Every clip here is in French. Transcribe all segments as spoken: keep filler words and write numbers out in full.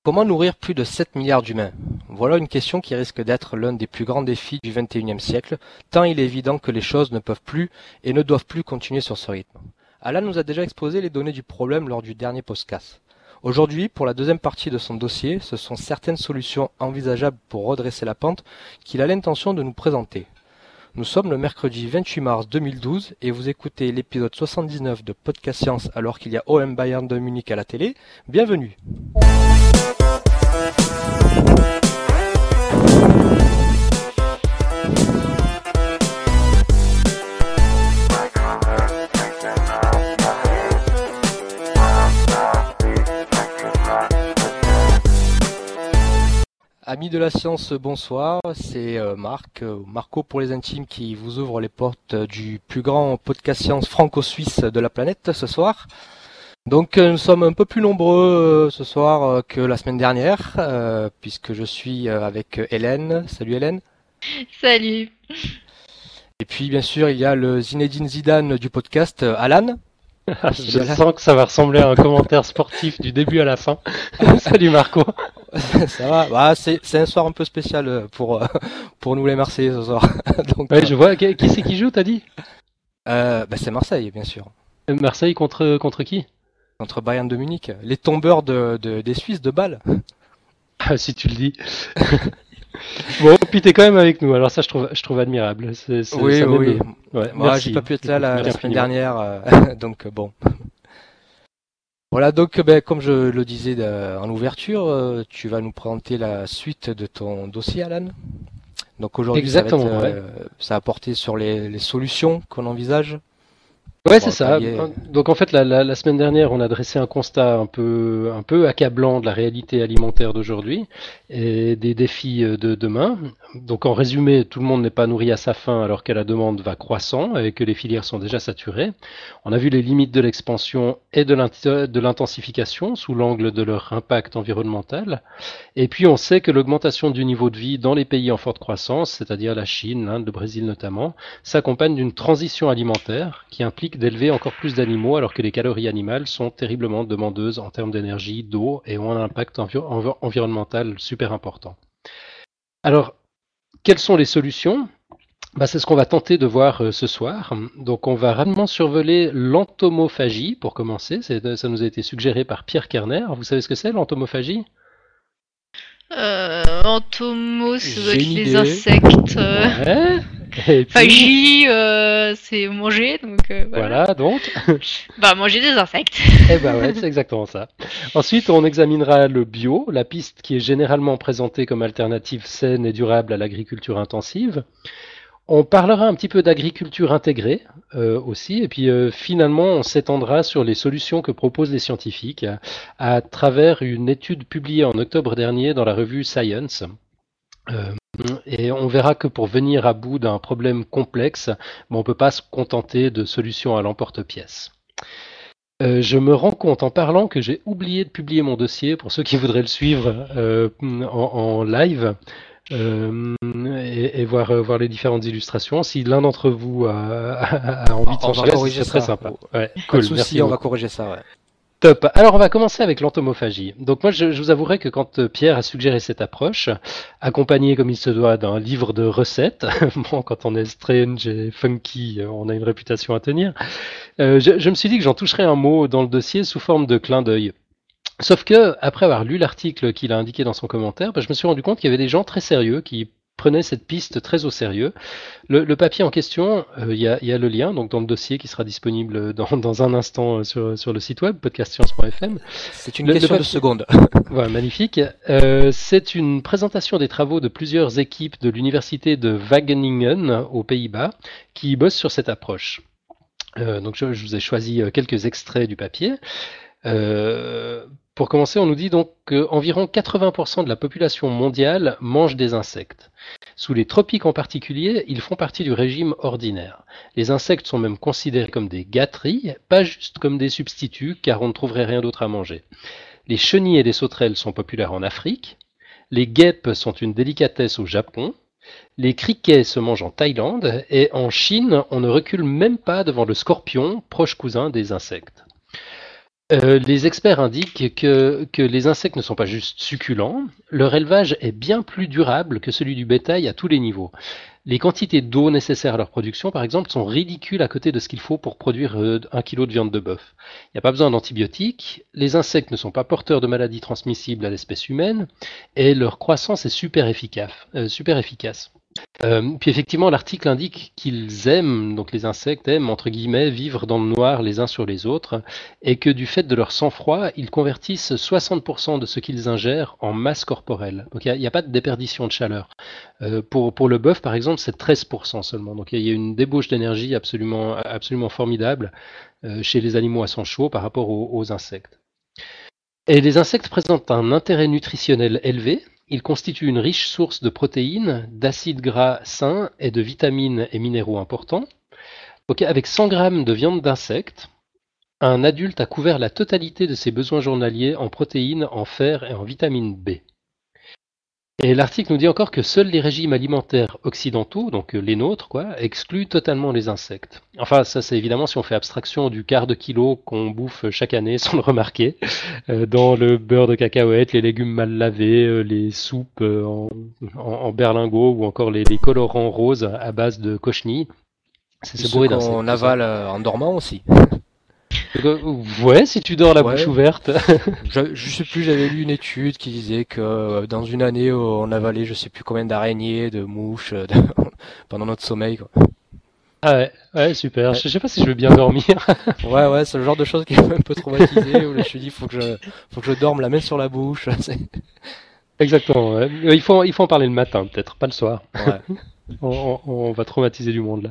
Comment nourrir plus de sept milliards d'humains? Voilà une question qui risque d'être l'un des plus grands défis du vingt et unième siècle, tant il est évident que les choses ne peuvent plus et ne doivent plus continuer sur ce rythme. Alan nous a déjà exposé les données du problème lors du dernier podcast. Aujourd'hui, pour la deuxième partie de son dossier, ce sont certaines solutions envisageables pour redresser la pente qu'il a l'intention de nous présenter. Nous sommes le mercredi vingt-huit mars deux mille douze et vous écoutez l'épisode soixante-dix-neuf de Podcast Science alors qu'il y a O M Bayern de Munich à la télé. Bienvenue. Amis de la science, bonsoir, c'est euh, Marc, euh, Marco pour les intimes qui vous ouvre les portes euh, du plus grand podcast science franco-suisse de la planète ce soir. Donc euh, nous sommes un peu plus nombreux euh, ce soir euh, que la semaine dernière, euh, puisque je suis euh, avec Hélène. Salut Hélène. Salut. Et puis bien sûr il y a le Zinedine Zidane du podcast, euh, Alan. Je sens que ça va ressembler à un commentaire sportif du début à la fin. Salut Marco. Ça va, bah, c'est, c'est un soir un peu spécial pour, pour nous les Marseillais ce soir. Donc, ouais, je vois. Qui, qui c'est qui joue, t'as dit? euh, bah, C'est Marseille, bien sûr. Marseille contre, contre qui? Contre Bayern de Munich. Les tombeurs de, de, des Suisses de Bâle. Ah, si tu le dis. Bon, puis t'es quand même avec nous, alors ça je trouve, je trouve admirable. C'est, c'est, oui, ça oui. Ouais, Moi, j'ai pas pu être là la, la semaine dernière, euh, donc bon. Voilà, donc ben, comme je le disais euh, en ouverture, euh, tu vas nous présenter la suite de ton dossier, Alan. Donc aujourd'hui, Exactement, ça, va être, ouais. euh, ça a porté sur les, les solutions qu'on envisage. Ouais, Bon, c'est ça. pallier... Donc en fait, la, la, la semaine dernière, on a dressé un constat un peu, un peu accablant de la réalité alimentaire d'aujourd'hui et des défis de demain. Donc en résumé, tout le monde n'est pas nourri à sa faim alors que la demande va croissant et que les filières sont déjà saturées. On a vu les limites de l'expansion et de, l'int- de l'intensification sous l'angle de leur impact environnemental. Et puis on sait que l'augmentation du niveau de vie dans les pays en forte croissance, c'est-à-dire la Chine, l'Inde, le Brésil notamment, s'accompagne d'une transition alimentaire qui implique d'élever encore plus d'animaux alors que les calories animales sont terriblement demandeuses en termes d'énergie, d'eau et ont un impact envi- env- environnemental super important. Alors, quelles sont les solutions? Bah, c'est ce qu'on va tenter de voir euh, ce soir. Donc on va rapidement survoler l'entomophagie pour commencer. C'est, ça nous a été suggéré par Pierre Kerner. Vous savez ce que c'est l'entomophagie? Euh, Entomos, ça doit J'ai être une les idée. insectes. Euh... Ouais. Et puis, Phagie, euh, c'est manger, donc euh, voilà. voilà, donc. Bah, manger des insectes. Eh ben ouais, c'est exactement ça. Ensuite, on examinera le bio, la piste qui est généralement présentée comme alternative saine et durable à l'agriculture intensive. On parlera un petit peu d'agriculture intégrée euh, aussi, et puis euh, finalement, on s'étendra sur les solutions que proposent les scientifiques à, à travers une étude publiée en octobre dernier dans la revue Science. Euh, et on verra que pour venir à bout d'un problème complexe, bon, on ne peut pas se contenter de solutions à l'emporte-pièce. Euh, je me rends compte en parlant que j'ai oublié de publier mon dossier pour ceux qui voudraient le suivre euh, en, en live. Euh, et, et voir, voir les différentes illustrations. Si l'un d'entre vous a, a, a envie de s'en charger, c'est très sympa. Ouais, Pas cool, de souci, merci on beaucoup. va corriger ça. Ouais. Top. Alors on va commencer avec l'entomophagie. Donc moi je, je vous avouerai que quand Pierre a suggéré cette approche, accompagnée comme il se doit d'un livre de recettes, bon quand on est strange et funky, on a une réputation à tenir, euh, je, je me suis dit que j'en toucherais un mot dans le dossier sous forme de clin d'œil. Sauf que, après avoir lu l'article qu'il a indiqué dans son commentaire, bah, je me suis rendu compte qu'il y avait des gens très sérieux qui prenaient cette piste très au sérieux. Le, le papier en question, il euh, y, a, y a le lien donc dans le dossier qui sera disponible dans, dans un instant sur, sur le site web podcast science point f m. C'est une le, question le de secondes. Voilà, magnifique. Euh, c'est une présentation des travaux de plusieurs équipes de l'université de Wageningen aux Pays-Bas qui bossent sur cette approche. Euh, donc je, je vous ai choisi quelques extraits du papier. Euh, pour commencer, on nous dit donc qu'environ quatre-vingts pour cent de la population mondiale mange des insectes. Sous les tropiques en particulier, ils font partie du régime ordinaire. Les insectes sont même considérés comme des gâteries, pas juste comme des substituts, car on ne trouverait rien d'autre à manger. Les chenilles et les sauterelles sont populaires en Afrique. Les guêpes sont une délicatesse au Japon. Les criquets se mangent en Thaïlande. Et en Chine, on ne recule même pas devant le scorpion, proche cousin des insectes. Euh, les experts indiquent que, que les insectes ne sont pas juste succulents, leur élevage est bien plus durable que celui du bétail à tous les niveaux. Les quantités d'eau nécessaires à leur production, par exemple, sont ridicules à côté de ce qu'il faut pour produire euh, un kilo de viande de bœuf. Il n'y a pas besoin d'antibiotiques, les insectes ne sont pas porteurs de maladies transmissibles à l'espèce humaine, et leur croissance est super efficace. euh, super efficace. Euh, puis effectivement, l'article indique qu'ils aiment, donc les insectes aiment, entre guillemets, vivre dans le noir les uns sur les autres, et que du fait de leur sang-froid, ils convertissent soixante pour cent de ce qu'ils ingèrent en masse corporelle. Donc il n'y a, a, pas de déperdition de chaleur. Euh, pour, pour le bœuf, par exemple, c'est treize pour cent seulement. Donc il y a une débauche d'énergie absolument, absolument formidable euh, chez les animaux à sang chaud par rapport aux, aux insectes. Et les insectes présentent un intérêt nutritionnel élevé. Ils constituent une riche source de protéines, d'acides gras sains et de vitamines et minéraux importants. Donc, avec cent grammes de viande d'insectes, un adulte a couvert la totalité de ses besoins journaliers en protéines, en fer et en vitamine B. Et l'article nous dit encore que seuls les régimes alimentaires occidentaux, donc les nôtres, quoi, excluent totalement les insectes. Enfin, ça c'est évidemment si on fait abstraction du quart de kilo qu'on bouffe chaque année sans le remarquer, euh, dans le beurre de cacahuète, les légumes mal lavés, euh, les soupes euh, en, en, en berlingot ou encore les, les colorants roses à base de cochenille. C'est, c'est bourré d'insectes. On avale en dormant aussi. Ouais, si tu dors la ouais. bouche ouverte. je, je sais plus, j'avais lu une étude qui disait que dans une année, on avalait je sais plus combien d'araignées, de mouches de... pendant notre sommeil, quoi. Ah ouais, ouais, super. Ouais. Je sais pas si je vais bien dormir. ouais, ouais, c'est le genre de choses qui m'a un peu traumatisé. Où là, je me suis dit, faut que je, faut que je dorme la main sur la bouche. Exactement. Ouais. Il faut, il faut en parler le matin, peut-être, pas le soir. Ouais. on, on, on va traumatiser du monde là.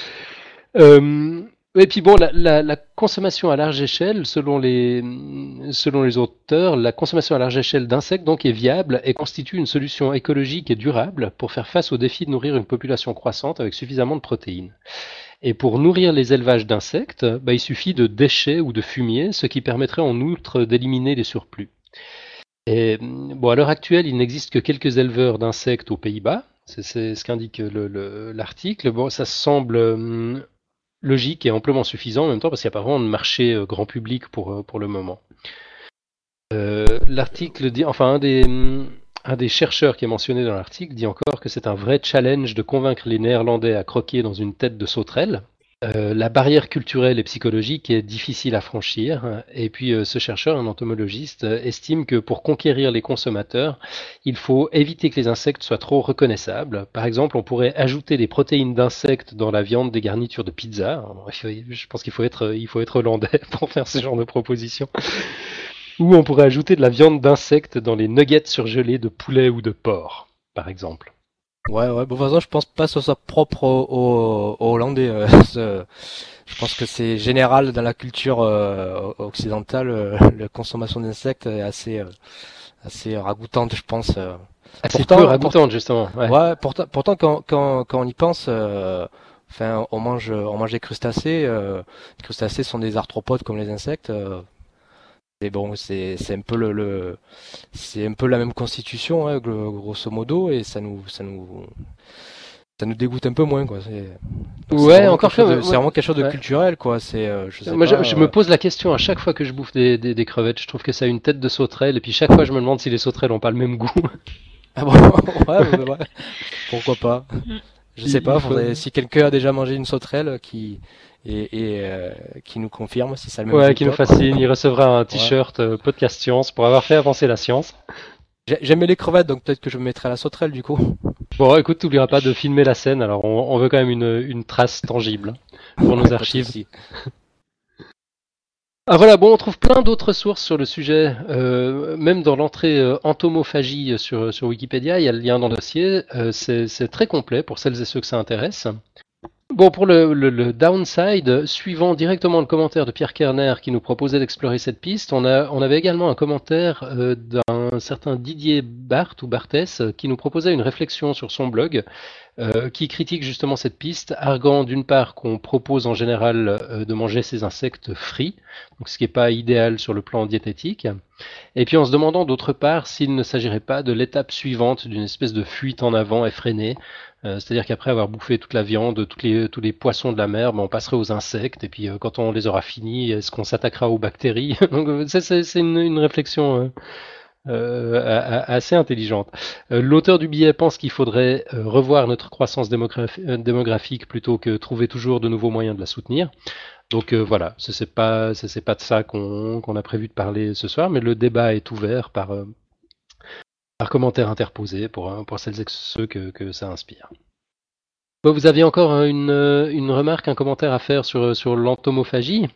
Euh, Et puis bon, la, la, la consommation à large échelle, selon les, selon les auteurs, la consommation à large échelle d'insectes donc est viable et constitue une solution écologique et durable pour faire face au défi de nourrir une population croissante avec suffisamment de protéines. Et pour nourrir les élevages d'insectes, bah, il suffit de déchets ou de fumier, ce qui permettrait en outre d'éliminer les surplus. Et bon, à l'heure actuelle, il n'existe que quelques éleveurs d'insectes aux Pays-Bas. C'est, c'est ce qu'indique le, le, l'article. Bon, ça semble hum, logique et amplement suffisant en même temps parce qu'il n'y a pas vraiment de marché euh, grand public pour, pour le moment. Euh, l'article dit, enfin un des, un des chercheurs qui est mentionné dans l'article dit encore que c'est un vrai challenge de convaincre les Néerlandais à croquer dans une tête de sauterelle. Euh, la barrière culturelle et psychologique est difficile à franchir et puis euh, ce chercheur, un entomologiste, euh, estime que pour conquérir les consommateurs, il faut éviter que les insectes soient trop reconnaissables. Par exemple, on pourrait ajouter des protéines d'insectes dans la viande des garnitures de pizza. Alors, je pense qu'il faut être, il faut être hollandais pour faire ce genre de proposition. Ou on pourrait ajouter de la viande d'insectes dans les nuggets surgelés de poulet ou de porc, par exemple. Ouais, ouais, bon, de toute façon, je pense pas que ce soit propre aux, aux, aux Hollandais. Euh, je pense que c'est général dans la culture euh, occidentale. Euh, la consommation d'insectes est assez, euh, assez ragoûtante, je pense. Euh. Assez pourtant, peu ragoûtante, justement. Ouais, ouais pourtant, pourtant quand, quand, quand on y pense, euh, enfin, on mange, on mange des crustacés. Euh, les crustacés sont des arthropodes comme les insectes. Euh. Et bon, c'est c'est un peu le, le c'est un peu la même constitution, hein, grosso modo, et ça nous ça nous ça nous dégoûte un peu moins, quoi. C'est, ouais, c'est encore que de, c'est vraiment quelque chose de ouais. culturel, quoi. C'est euh, je sais moi pas, je, je euh... me pose la question à chaque fois que je bouffe des, des, des crevettes. Je trouve que ça a une tête de sauterelle, et puis chaque fois je me demande si les sauterelles ont pas le même goût. Ah bon, ouais, ouais, ouais. Pourquoi pas. Je sais pas. Faudrait, faut... Si quelqu'un a déjà mangé une sauterelle, qui et, et euh, qui nous confirme si ça le même. Ouais, qui nous fascine. Il recevra un t-shirt ouais. euh, podcast science pour avoir fait avancer la science. J'aimais les crevettes, donc peut-être que je me mettrai à la sauterelle du coup. Bon, écoute, t'oublieras pas de filmer la scène. Alors, on, on veut quand même une, une trace tangible pour nos archives. Ah voilà, bon, on trouve plein d'autres sources sur le sujet, euh, même dans l'entrée euh, entomophagie sur, sur Wikipédia, il y a le lien dans le dossier, euh, c'est, c'est très complet pour celles et ceux que ça intéresse. Bon, pour le, le, le downside, suivant directement le commentaire de Pierre Kerner qui nous proposait d'explorer cette piste, on, a, on avait également un commentaire euh, d'un certain Didier Barthes ou Barthès qui nous proposait une réflexion sur son blog euh, qui critique justement cette piste, arguant d'une part qu'on propose en général euh, de manger ces insectes frits, donc ce qui n'est pas idéal sur le plan diététique, Et puis en se demandant d'autre part s'il ne s'agirait pas de l'étape suivante d'une espèce de fuite en avant effrénée. Euh, c'est-à-dire qu'après avoir bouffé toute la viande, toutes les, tous les poissons de la mer, ben, on passerait aux insectes, et puis euh, quand on les aura finis, est-ce qu'on s'attaquera aux bactéries? Donc euh, c'est, c'est, c'est une, une réflexion euh, euh, a- a- assez intelligente. Euh, l'auteur du billet pense qu'il faudrait euh, revoir notre croissance démographi- euh, démographique plutôt que trouver toujours de nouveaux moyens de la soutenir. Donc euh, voilà, ce n'est pas, ce, c'est pas de ça qu'on qu'on a prévu de parler ce soir, mais le débat est ouvert par, euh, par commentaires interposés pour, euh, pour celles et ceux que, que ça inspire. Bon, vous aviez encore hein, une, euh, une remarque, un commentaire à faire sur, sur l'entomophagie?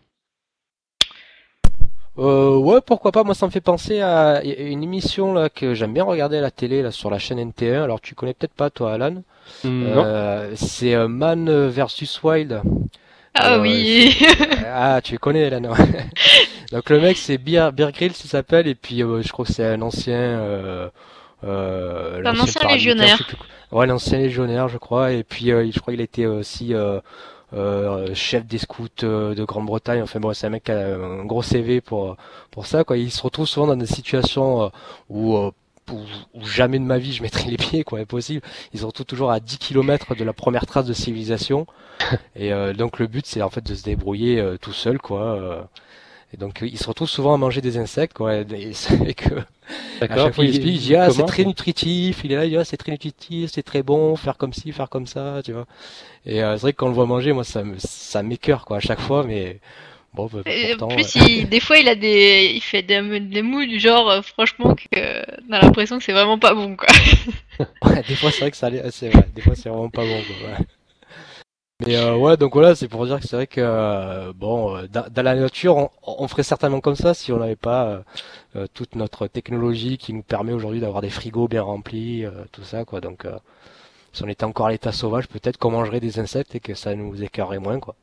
Euh, ouais, pourquoi pas. Moi, ça me fait penser à y a une émission là que j'aime bien regarder à la télé là sur la chaîne N T un. Alors, tu connais peut-être pas toi, Alan. Non. Euh, c'est euh, Man versus Wild. Et, Ah euh, oui. c'est- ah, tu connais Alan. Ouais. Donc le mec, c'est Bear, Bear Grylls, il s'appelle, et puis euh, je crois que c'est un ancien, euh, euh, C'est un l'ancien ancien paramilitaire, je sais légionnaire. plus quoi. Ouais, l'ancien légionnaire, je crois. Et puis euh, je crois qu'il était aussi euh, euh, chef des scouts euh, de Grande-Bretagne. Enfin bon, c'est un mec qui a un gros C V pour pour ça, quoi. Il se retrouve souvent dans des situations euh, où euh, où, où jamais de ma vie je mettrais les pieds, quoi, impossible. Ils se retrouvent toujours à dix kilomètres de la première trace de civilisation. Et euh, donc le but, c'est en fait de se débrouiller euh, tout seul, quoi. euh, et donc, euh, il se retrouve souvent à manger des insectes, quoi. Et c'est vrai que, à D'accord. chaque fois, il Puis explique, il dit, ah, c'est comment? très nutritif. Il est là, il dit, ah, c'est très nutritif, c'est très bon, faire comme ci, faire comme ça, tu vois. Et euh, c'est vrai que quand on le voit manger, moi, ça me, ça m'écœure, quoi, à chaque fois, mais bon, bah, bah, Et en pourtant, plus, il, des fois, il a des, il fait des, des mous du genre, euh, franchement, que euh, on a l'impression que c'est vraiment pas bon, quoi. euh, ouais, des fois, c'est vrai que ça allait, c'est vrai, des fois, c'est vraiment pas bon, quoi, ouais. Mais euh, ouais, donc voilà, c'est pour dire que c'est vrai que euh, bon, euh, dans, dans la nature, on, on ferait certainement comme ça si on n'avait pas euh, euh, toute notre technologie qui nous permet aujourd'hui d'avoir des frigos bien remplis, euh, tout ça, quoi. Donc, euh, si on était encore à l'état sauvage, peut-être qu'on mangerait des insectes et que ça nous écœurerait moins, quoi.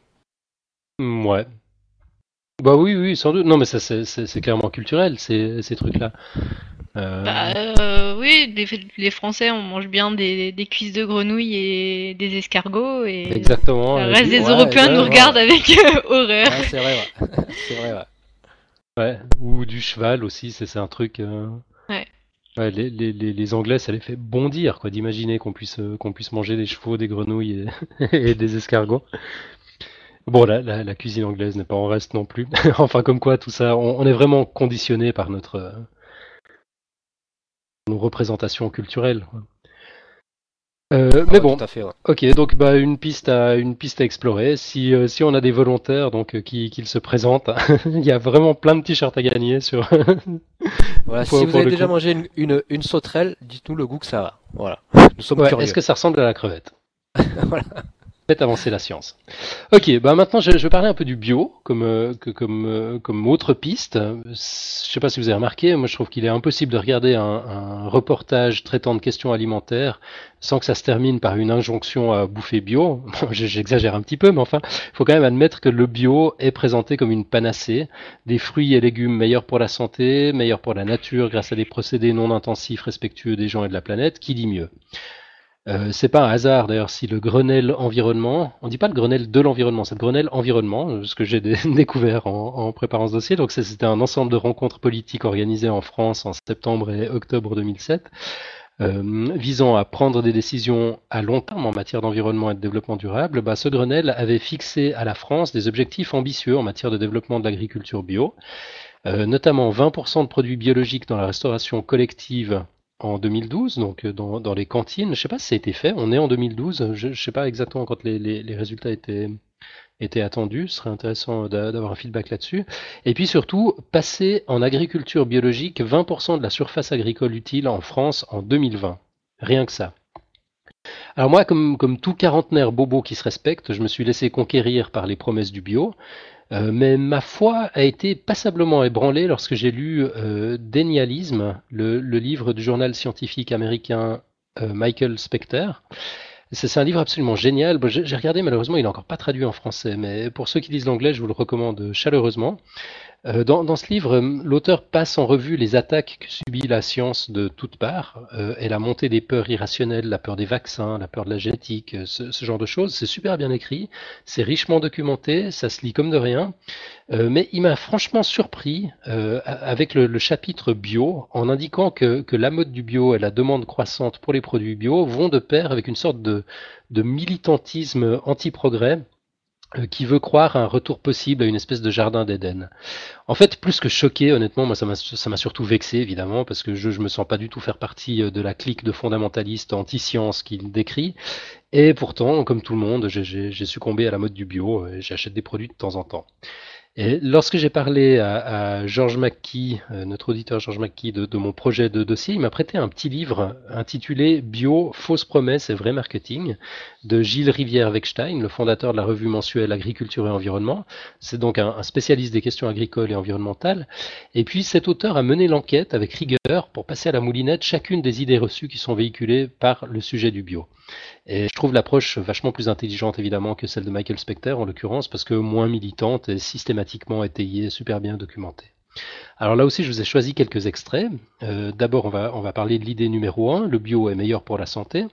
Hmm, ouais. Bah oui, oui, sans doute. Non, mais ça, c'est c'est- c'est clairement culturel, ces, ces trucs-là. Euh, Bah, euh, oui, les, les Français, on mange bien des, des cuisses de grenouille et des escargots, et exactement. le euh, reste du- des Ouais, Européens nous exactement, regardent ouais. avec euh, horreur. Ouais, c'est vrai, ouais. C'est vrai, ouais. ouais. Ou du cheval aussi, c'est c'est un truc. euh, Ouais. Ouais, les, les, les, les Anglais, ça les fait bondir, quoi, d'imaginer qu'on puisse, euh, qu'on puisse manger des chevaux, des grenouilles et, et des escargots. Bon, la, la, la cuisine anglaise n'est pas en reste non plus. Enfin, comme quoi, tout ça, on, on est vraiment conditionné par notre, euh, nos représentations culturelles, quoi. Euh, Ah mais ouais, tout bon, à fait, ouais. ok, donc bah, une piste à, une piste à explorer. Si, euh, si on a des volontaires donc, euh, qui, qui se présentent, il y a vraiment plein de t-shirts à gagner sur, Voilà, si pour, vous pour avez le déjà coup. mangé une, une, une sauterelle, dites-nous le goût que ça a. Voilà. Nous sommes Ouais, est-ce curieux. que ça ressemble à la crevette? Voilà. Faites avancer la science. Ok, bah maintenant je, je vais parler un peu du bio comme, euh, que- comme, euh, comme autre piste. Je sais pas si vous avez remarqué, moi je trouve qu'il est impossible de regarder un, un reportage traitant de questions alimentaires sans que ça se termine par une injonction à bouffer bio. Bon, j- j'exagère un petit peu, mais enfin, il faut quand même admettre que le bio est présenté comme une panacée. Des fruits et légumes meilleurs pour la santé, meilleurs pour la nature grâce à des procédés non intensifs respectueux des gens et de la planète. Qui dit mieux? Euh, c'est pas un hasard d'ailleurs si le Grenelle environnement, on dit pas le Grenelle de l'environnement, c'est le Grenelle environnement, euh, ce que j'ai dé- découvert en, en préparant ce dossier. Donc c'est- c'était un ensemble de rencontres politiques organisées en France en septembre et octobre deux mille sept, euh, visant à prendre des décisions à long terme en matière d'environnement et de développement durable. Bah, ce Grenelle avait fixé à la France des objectifs ambitieux en matière de développement de l'agriculture bio, euh, notamment vingt pour cent de produits biologiques dans la restauration collective en deux mille douze, donc euh, dans, dans les cantines. Je ne sais pas si ça a été fait, on est en deux mille douze, je ne sais pas exactement quand les, les- les résultats étaient, étaient attendus, ce serait intéressant d'a- d'avoir un feedback là-dessus. Et puis surtout, passer en agriculture biologique vingt pour cent de la surface agricole utile en France en deux mille vingt. Rien que ça. Alors moi, comme, comme tout quarantenaire bobo qui se respecte, je me suis laissé conquérir par les promesses du bio. Euh, mais ma foi a été passablement ébranlée lorsque j'ai lu euh, Dénialisme, le, le livre du journal scientifique américain euh, Michael Specter. C'est c'est un livre absolument génial. Bon, j'ai j'ai regardé, malheureusement, il n'est encore pas traduit en français, mais pour ceux qui lisent l'anglais, je vous le recommande chaleureusement. Euh, dans, dans ce livre, l'auteur passe en revue les attaques que subit la science de toutes parts euh, et la montée des peurs irrationnelles, la peur des vaccins, la peur de la génétique, ce, ce genre de choses. C'est super bien écrit, c'est richement documenté, ça se lit comme de rien. Euh, mais il m'a franchement surpris euh, avec le, le chapitre bio, en indiquant que, que la mode du bio et la demande croissante pour les produits bio vont de pair avec une sorte de, de militantisme anti-progrès euh, qui veut croire à un retour possible à une espèce de jardin d'Éden. En fait, plus que choqué, honnêtement, moi ça m'a ça m'a surtout vexé, évidemment, parce que je je me sens pas du tout faire partie euh, de la clique de fondamentalistes anti-science qu'il décrit. Et pourtant, comme tout le monde, j'ai j'ai- j'ai succombé à la mode du bio et j'achète des produits de temps en temps. Et lorsque j'ai parlé à, à Georges Mackey, euh, notre auditeur Georges Mackey, de, de mon projet de dossier, il m'a prêté un petit livre intitulé Bio, fausses promesses et vrai marketing de Gilles Rivière-Wechstein, le fondateur de la revue mensuelle Agriculture et Environnement. C'est donc un, un spécialiste des questions agricoles et environnementales. Et puis cet auteur a mené l'enquête avec rigueur pour passer à la moulinette chacune des idées reçues qui sont véhiculées par le sujet du bio. Et je trouve l'approche vachement plus intelligente évidemment que celle de Michael Specter en l'occurrence parce que moins militante et systématiquement étayée, super bien documentée. Alors là aussi je vous ai choisi quelques extraits. Euh, D'abord on va, on va parler de l'idée numéro un, le bio est meilleur pour la santé.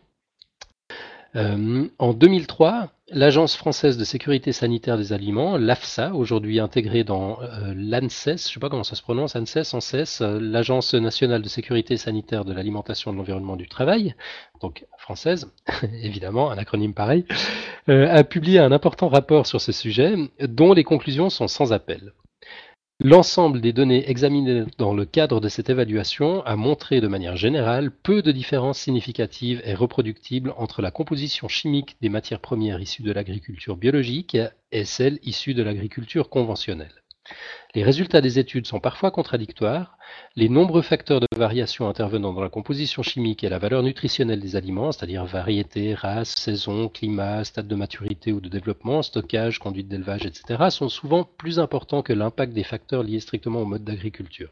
Euh, en deux mille trois, l'Agence française de sécurité sanitaire des aliments, l'AFSA, aujourd'hui intégrée dans euh, l'ANSES, je ne sais pas comment ça se prononce, ANSES, ANSES, euh, l'Agence nationale de sécurité sanitaire de l'alimentation, de l'environnement et du travail, donc française, évidemment, un acronyme pareil, euh, a publié un important rapport sur ce sujet, dont les conclusions sont sans appel. L'ensemble des données examinées dans le cadre de cette évaluation a montré de manière générale peu de différences significatives et reproductibles entre la composition chimique des matières premières issues de l'agriculture biologique et celles issues de l'agriculture conventionnelle. Les résultats des études sont parfois contradictoires. Les nombreux facteurs de variation intervenant dans la composition chimique et la valeur nutritionnelle des aliments, c'est-à-dire variété, race, saison, climat, stade de maturité ou de développement, stockage, conduite d'élevage, et cetera, sont souvent plus importants que l'impact des facteurs liés strictement au mode d'agriculture.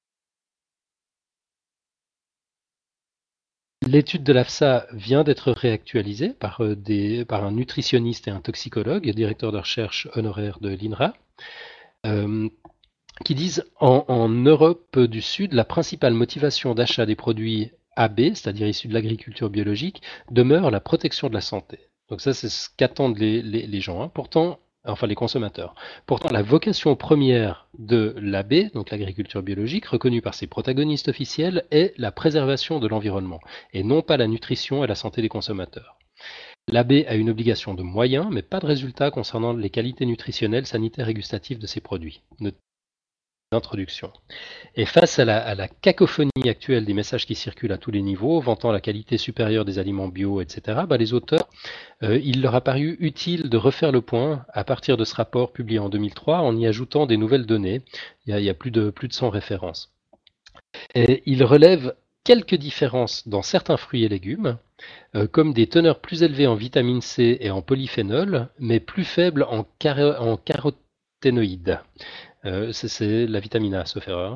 L'étude de l'AFSA vient d'être réactualisée par, euh, des, par un nutritionniste et un toxicologue, directeur de recherche honoraire de l'INRA. Euh, qui disent en, en Europe du Sud, la principale motivation d'achat des produits A B, c'est-à-dire issus de l'agriculture biologique, demeure la protection de la santé. Donc ça, c'est ce qu'attendent les, les, les gens. Hein. Pourtant, enfin les consommateurs. Pourtant, la vocation première de l'A B, donc l'agriculture biologique, reconnue par ses protagonistes officiels, est la préservation de l'environnement, et non pas la nutrition et la santé des consommateurs. L'A B a une obligation de moyens, mais pas de résultats concernant les qualités nutritionnelles, sanitaires et gustatives de ses produits. D'introduction. Et face à la, à la cacophonie actuelle des messages qui circulent à tous les niveaux, vantant la qualité supérieure des aliments bio, et cetera, bah les auteurs, euh, il leur a paru utile de refaire le point à partir de ce rapport publié en deux mille trois en y ajoutant des nouvelles données. Il y a, il y a plus de, plus de cent références. Et ils relèvent quelques différences dans certains fruits et légumes, euh, comme des teneurs plus élevées en vitamine C et en polyphénol, mais plus faibles en, car- en caroténoïdes. Euh, c'est la vitamine A, sauf erreur.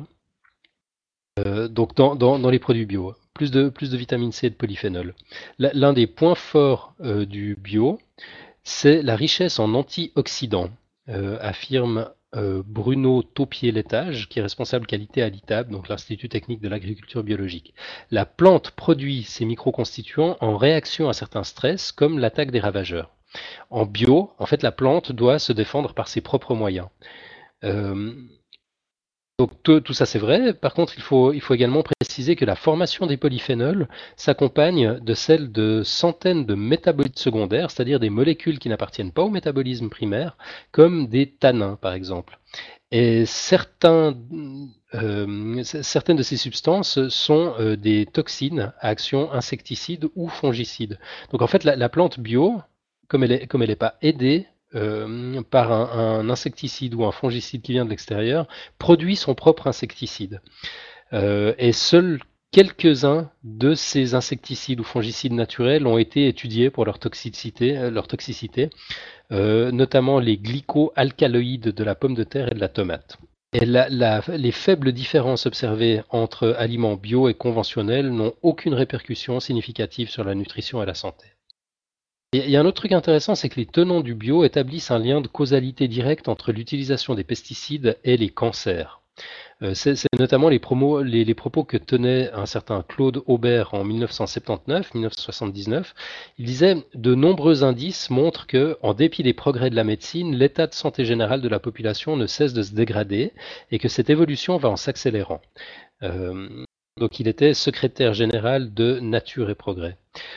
Euh, donc dans, dans, dans les produits bio, plus de, plus de vitamine C et de polyphénol. L'un des points forts euh, du bio, c'est la richesse en antioxydants, euh, affirme euh, Bruno Taupier-Létage, qui est responsable qualité à l'I T A B, donc l'Institut technique de l'agriculture biologique. La plante produit ces microconstituants en réaction à certains stress, comme l'attaque des ravageurs. En bio, en fait, la plante doit se défendre par ses propres moyens. Euh, donc tout, tout ça c'est vrai. Par contre, il faut, il faut également préciser que la formation des polyphénols s'accompagne de celle de centaines de métabolites secondaires, c'est-à-dire des molécules qui n'appartiennent pas au métabolisme primaire, comme des tannins par exemple. Et certains, euh, certaines de ces substances sont euh, des toxines à action insecticide ou fongicide. Donc en fait, la, la plante bio, comme elle est, comme elle n'est pas aidée euh, par un, un insecticide ou un fongicide qui vient de l'extérieur, produit son propre insecticide. Euh, et seuls quelques-uns de ces insecticides ou fongicides naturels ont été étudiés pour leur toxicité, leur toxicité euh, notamment les glycoalcaloïdes de la pomme de terre et de la tomate. Et la, la, les faibles différences observées entre aliments bio et conventionnels n'ont aucune répercussion significative sur la nutrition et la santé. Il y a un autre truc intéressant, c'est que les tenants du bio établissent un lien de causalité directe entre l'utilisation des pesticides et les cancers. Euh, c'est c'est notamment les, promos, les, les propos que tenait un certain Claude Aubert en mille neuf cent soixante-dix-neuf. mille neuf cent soixante-dix-neuf. Il disait de nombreux indices montrent que, en dépit des progrès de la médecine, l'état de santé général de la population ne cesse de se dégrader et que cette évolution va en s'accélérant. Euh, donc il était secrétaire général de Nature et Progrès.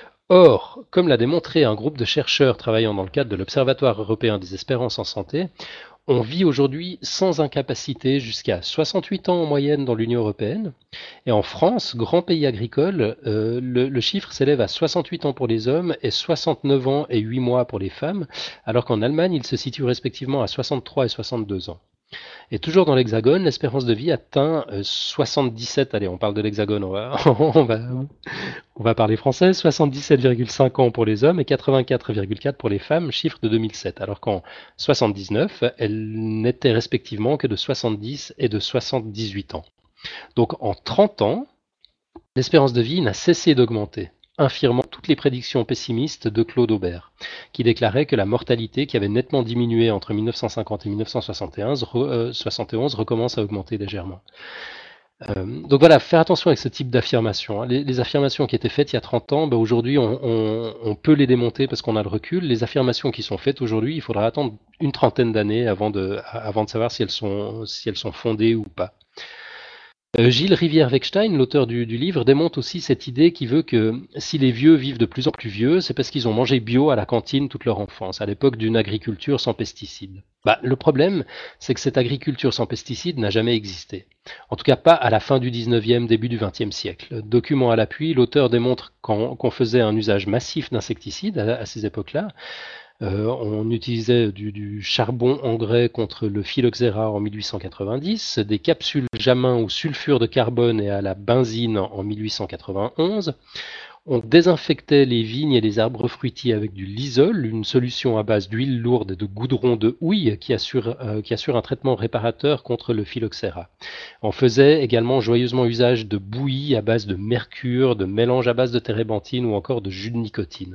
Or, comme l'a démontré un groupe de chercheurs travaillant dans le cadre de l'Observatoire européen des espérances en santé, on vit aujourd'hui sans incapacité jusqu'à soixante-huit ans en moyenne dans l'Union européenne. Et en France, grand pays agricole, euh, le, le chiffre s'élève à soixante-huit ans pour les hommes et soixante-neuf ans et huit mois pour les femmes, alors qu'en Allemagne, il se situe respectivement à soixante-trois et soixante-deux ans. Et toujours dans l'Hexagone, l'espérance de vie atteint euh, soixante-dix-sept, allez, on parle de l'Hexagone, on va, on va, on va parler français, soixante-dix-sept virgule cinq ans pour les hommes et quatre-vingt-quatre virgule quatre pour les femmes, chiffre de deux mille sept, alors qu'en soixante-dix-neuf, elles n'étaient respectivement que de soixante-dix et de soixante-dix-huit ans. Donc en trente ans, l'espérance de vie n'a cessé d'augmenter, infirmant toutes les prédictions pessimistes de Claude Aubert, qui déclarait que la mortalité, qui avait nettement diminué entre mille neuf cent cinquante et mille neuf cent soixante et onze, euh, soixante et onze recommence à augmenter légèrement. Euh, donc voilà, faire attention avec ce type d'affirmation. Les, les affirmations qui étaient faites il y a trente ans, ben aujourd'hui on, on, on peut les démonter parce qu'on a le recul. Les affirmations qui sont faites aujourd'hui, il faudra attendre une trentaine d'années avant de, avant de savoir si elles sont, si elles sont fondées ou pas. Euh, Gilles Rivière-Weckstein, l'auteur du, du livre, démonte aussi cette idée qui veut que si les vieux vivent de plus en plus vieux, c'est parce qu'ils ont mangé bio à la cantine toute leur enfance, à l'époque d'une agriculture sans pesticides. Bah, le problème, c'est que cette agriculture sans pesticides n'a jamais existé. En tout cas pas à la fin du dix-neuvième, début du vingtième siècle. Document à l'appui, l'auteur démontre qu'on, qu'on faisait un usage massif d'insecticides à, à ces époques-là. Euh, on utilisait du, du charbon engrais contre le phylloxéra en mille huit cent quatre-vingt-dix, des capsules Jamin au sulfure de carbone et à la benzine en mille huit cent quatre-vingt-onze. On désinfectait les vignes et les arbres fruitiers avec du lysol, une solution à base d'huile lourde et de goudron de houille qui assure, euh, qui assure un traitement réparateur contre le phylloxéra. On faisait également joyeusement usage de bouillie à base de mercure, de mélange à base de térébenthine ou encore de jus de nicotine.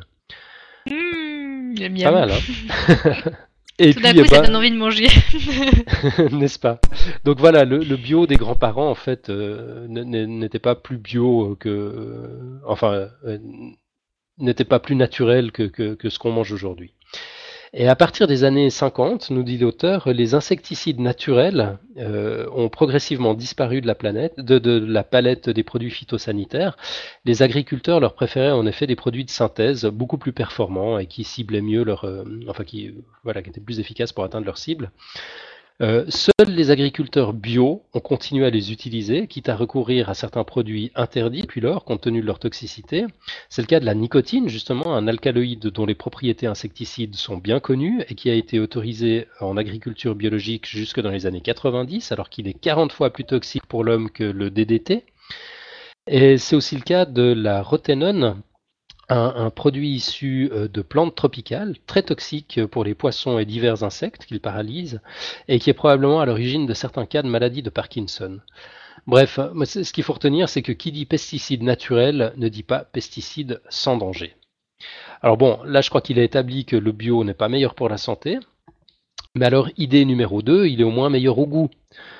Mmh, Pas mal, hein. Et tout d'un coup, eh ben, ça donne envie de manger. N'est-ce pas? Donc voilà, le, le bio des grands-parents, en fait, euh, n'était pas plus bio que... Euh, enfin, euh, n'était pas plus naturel que, que, que ce qu'on mange aujourd'hui. Et à partir des années cinquante, nous dit l'auteur, les insecticides naturels euh, ont progressivement disparu de la planète, de, de la palette des produits phytosanitaires. Les agriculteurs leur préféraient en effet des produits de synthèse beaucoup plus performants et qui ciblaient mieux leur, euh, enfin qui, voilà, qui étaient plus efficaces pour atteindre leur cible. Euh, seuls les agriculteurs bio ont continué à les utiliser, quitte à recourir à certains produits interdits depuis lors, compte tenu de leur toxicité. C'est le cas de la nicotine, justement, un alcaloïde dont les propriétés insecticides sont bien connues et qui a été autorisé en agriculture biologique jusque dans les années quatre-vingt-dix, alors qu'il est quarante fois plus toxique pour l'homme que le D D T. Et c'est aussi le cas de la roténone, Un, un produit issu de plantes tropicales, très toxique pour les poissons et divers insectes qu'il paralyse, et qui est probablement à l'origine de certains cas de maladie de Parkinson. Bref, ce qu'il faut retenir, c'est que qui dit pesticide naturel ne dit pas pesticide sans danger. Alors bon, là je crois qu'il est établi que le bio n'est pas meilleur pour la santé, mais alors idée numéro deux, il est au moins meilleur au goût.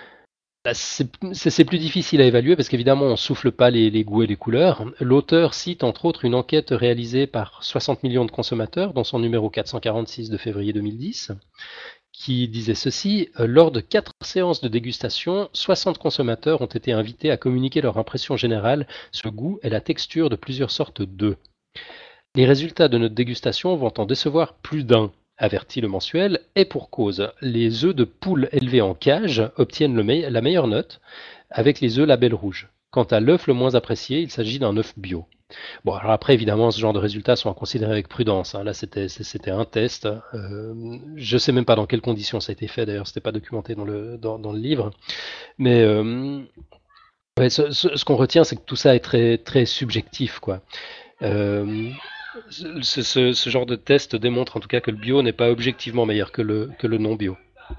C'est plus difficile à évaluer parce qu'évidemment on ne souffle pas les, les goûts et les couleurs. L'auteur cite entre autres une enquête réalisée par soixante millions de consommateurs dans son numéro quatre cent quarante-six de février deux mille dix qui disait ceci: lors de quatre séances de dégustation, soixante consommateurs ont été invités à communiquer leur impression générale sur le goût et la texture de plusieurs sortes d'œufs. Les résultats de notre dégustation vont en décevoir plus d'un, avertit le mensuel, et pour cause, les œufs de poule élevés en cage obtiennent le me la meilleure note avec les œufs label rouge. Quant à l'œuf le moins apprécié, il s'agit d'un œuf bio. Bon, alors après, évidemment, ce genre de résultats sont à considérer avec prudence, hein. Là, c'était un test. Euh, je ne sais même pas dans quelles conditions ça a été fait, d'ailleurs, ce n'était pas documenté dans le, dans, dans le livre. Mais euh, ouais, ce, ce, ce qu'on retient, c'est que tout ça est très, très subjectif, quoi. Euh, Ce, ce, ce genre de test démontre en tout cas que le bio n'est pas objectivement meilleur que le, que le non-bio.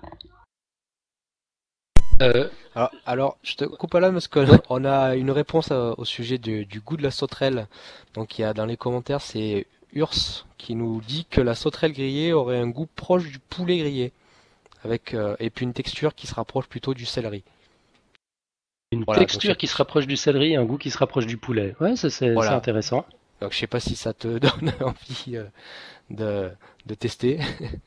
Euh... Alors, alors, je te coupe là parce qu'on ouais. a une réponse au sujet du, du goût de la sauterelle. Donc, il y a dans les commentaires, c'est Urs qui nous dit que la sauterelle grillée aurait un goût proche du poulet grillé, avec euh, et puis une texture qui se rapproche plutôt du céleri. Une Voilà, texture donc, qui se rapproche du céleri, un goût qui se rapproche du poulet. Ouais, ça c'est voilà. c'est intéressant. Donc je sais pas si ça te donne envie euh, de, de tester.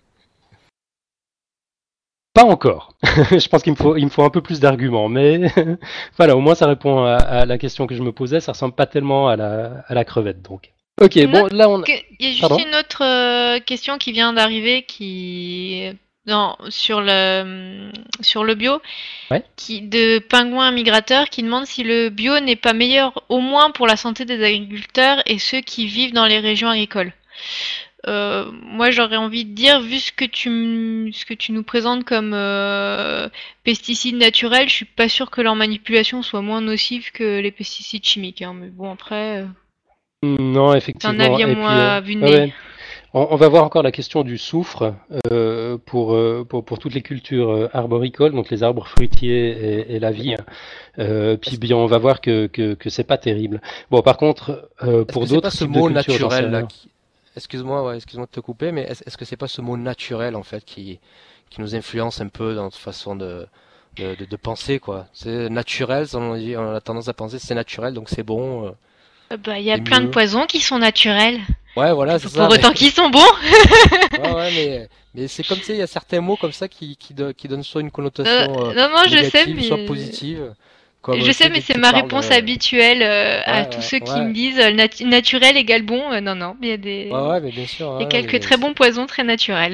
Pas encore. Je pense qu'il me faut, il me faut un peu plus d'arguments, mais voilà, au moins ça répond à, à la question que je me posais. Ça ressemble pas tellement à la, à la crevette, donc. Ok, Une bon, autre là on. que- Il y a juste Pardon une autre euh, question qui vient d'arriver qui non, sur le sur le bio Ouais. qui de pingouin migrateur qui demande si le bio n'est pas meilleur au moins pour la santé des agriculteurs et ceux qui vivent dans les régions agricoles. Euh, moi, j'aurais envie de dire, vu ce que tu, m- ce que tu nous présentes comme euh, pesticides naturels, je suis pas sûre que leur manipulation soit moins nocive que les pesticides chimiques, hein. Mais bon, après, euh, Non, c'est un effectivement. avis à Et puis, euh, moi vu de ouais, nez. ouais. On, on va voir encore la question du soufre euh, pour, euh, pour, pour toutes les cultures euh, arboricoles, donc les arbres fruitiers et, et la vigne. Euh, puis Est-ce bien, on va voir que, que, que c'est pas terrible. Bon, par contre, euh, est-ce pour que c'est pas d'autres ce types de mot cultures, j'en sais naturel là rien. qui... Excuse-moi, ouais, excuse-moi de te couper, mais est-ce est-ce que c'est pas ce mot naturel en fait qui, qui nous influence un peu dans notre façon de, de, de, de penser quoi. C'est naturel, on, dit- on a tendance à penser c'est naturel donc c'est bon, euh, Euh, Bah, il y a c'est plein de mieux. poisons qui sont naturels. Ouais, voilà, C'est c'est pas pour ça, mais autant qu'ils sont bons. ouais, ouais, mais mais c'est comme tu sais, il y a certains mots comme ça qui qui, do- qui donnent soit une Euh, connotation euh, non, non, je sais, négative, soit mais positive, comme je euh, tu sais, sais mais dès que c'est tu ma parles réponse de... habituelle euh, à Ouais, tous ouais, ceux qui me ouais, disent euh, nat- naturel égale bon. Euh, non, non, il y a ouais, des, ouais, mais bien sûr, il y a ouais, non, quelques mais très bons c'est... poisons très naturels.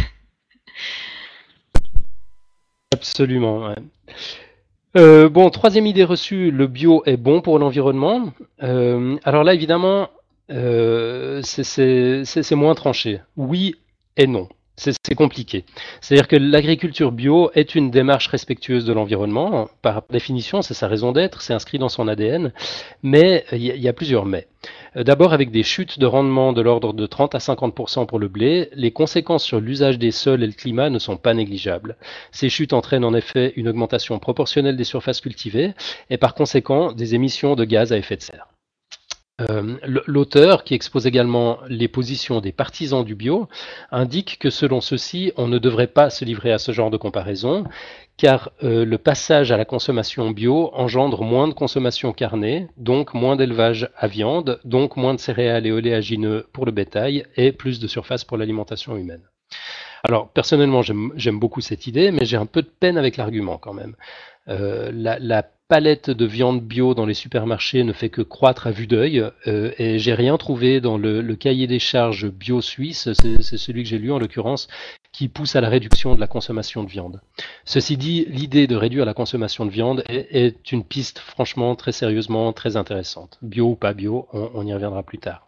Absolument, ouais. Euh, bon, troisième idée reçue, le bio est bon pour l'environnement. Euh, alors là, évidemment, euh, c'est c'est- c'est- c'est moins tranché. Oui et non. C'est c'est compliqué. C'est-à-dire que l'agriculture bio est une démarche respectueuse de l'environnement. Par définition, c'est sa raison d'être, c'est inscrit dans son A D N. Mais il y, a il y a plusieurs mais. Euh, D'abord, avec des chutes de rendement de l'ordre de trente à cinquante pour cent pour le blé, les conséquences sur l'usage des sols et le climat ne sont pas négligeables. Ces chutes entraînent en effet une augmentation proportionnelle des surfaces cultivées et par conséquent des émissions de gaz à effet de serre. Euh, L'auteur, qui expose également les positions des partisans du bio, indique que selon ceux-ci, on ne devrait pas se livrer à ce genre de comparaison, car euh, le passage à la consommation bio engendre moins de consommation carnée, donc moins d'élevage à viande, donc moins de céréales et oléagineux pour le bétail et plus de surface pour l'alimentation humaine. Alors, personnellement, j'aime beaucoup cette idée, mais j'ai un peu de peine avec l'argument quand même. Euh, la, la, palette de viande bio dans les supermarchés ne fait que croître à vue d'œil, euh, et j'ai rien trouvé dans le, le cahier des charges bio suisse, c'est celui que j'ai lu en l'occurrence, qui pousse à la réduction de la consommation de viande. Ceci dit, l'idée de réduire la consommation de viande est, est une piste franchement très sérieusement très intéressante. Bio ou pas bio, on, on y reviendra plus tard.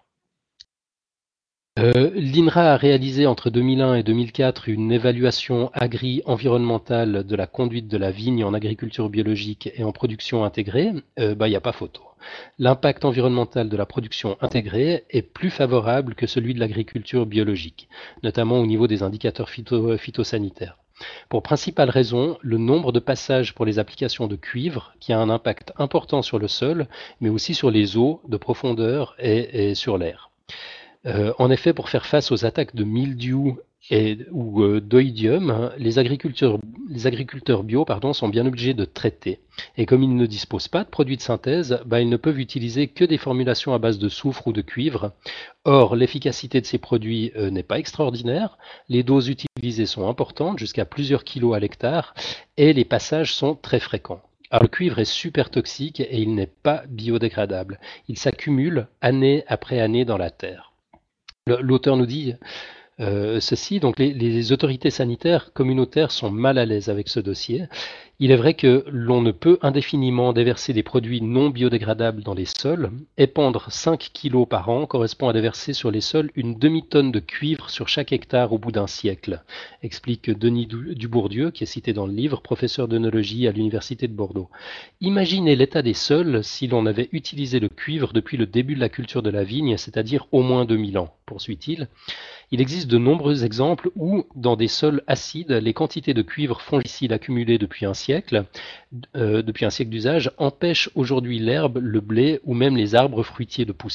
Euh, L'I N R A a réalisé entre deux mille un et deux mille quatre une évaluation agri-environnementale de la conduite de la vigne en agriculture biologique et en production intégrée. Euh, bah, il n'y a pas photo. L'impact environnemental de la production intégrée est plus favorable que celui de l'agriculture biologique, notamment au niveau des indicateurs phyto phytosanitaires. Pour principale raison, le nombre de passages pour les applications de cuivre, qui a un impact important sur le sol, mais aussi sur les eaux de profondeur et, et sur l'air. Euh, en effet, pour faire face aux attaques de mildiou et, ou euh, d'oïdium, les agriculteurs, les agriculteurs bio pardon, sont bien obligés de traiter. Et comme ils ne disposent pas de produits de synthèse, bah, ils ne peuvent utiliser que des formulations à base de soufre ou de cuivre. Or, l'efficacité de ces produits euh, n'est pas extraordinaire, les doses utilisées sont importantes, jusqu'à plusieurs kilos à l'hectare, et les passages sont très fréquents. Alors, le cuivre est super toxique et il n'est pas biodégradable. Il s'accumule année après année dans la terre. L'auteur nous dit euh, ceci, donc les, les autorités sanitaires communautaires sont mal à l'aise avec ce dossier. Il est vrai que l'on ne peut indéfiniment déverser des produits non biodégradables dans les sols. Épandre cinq kilos par an correspond à déverser sur les sols une demi-tonne de cuivre sur chaque hectare au bout d'un siècle, explique Denis Dubourdieu, qui est cité dans le livre, professeur d'œnologie à l'université de Bordeaux. Imaginez l'état des sols si l'on avait utilisé le cuivre depuis le début de la culture de la vigne, c'est-à-dire au moins deux mille ans, poursuit-il. Il existe de nombreux exemples où, dans des sols acides, les quantités de cuivre fongicide accumulées depuis un siècle, euh, depuis un siècle d'usage, empêchent aujourd'hui l'herbe, le blé ou même les arbres fruitiers de pousser.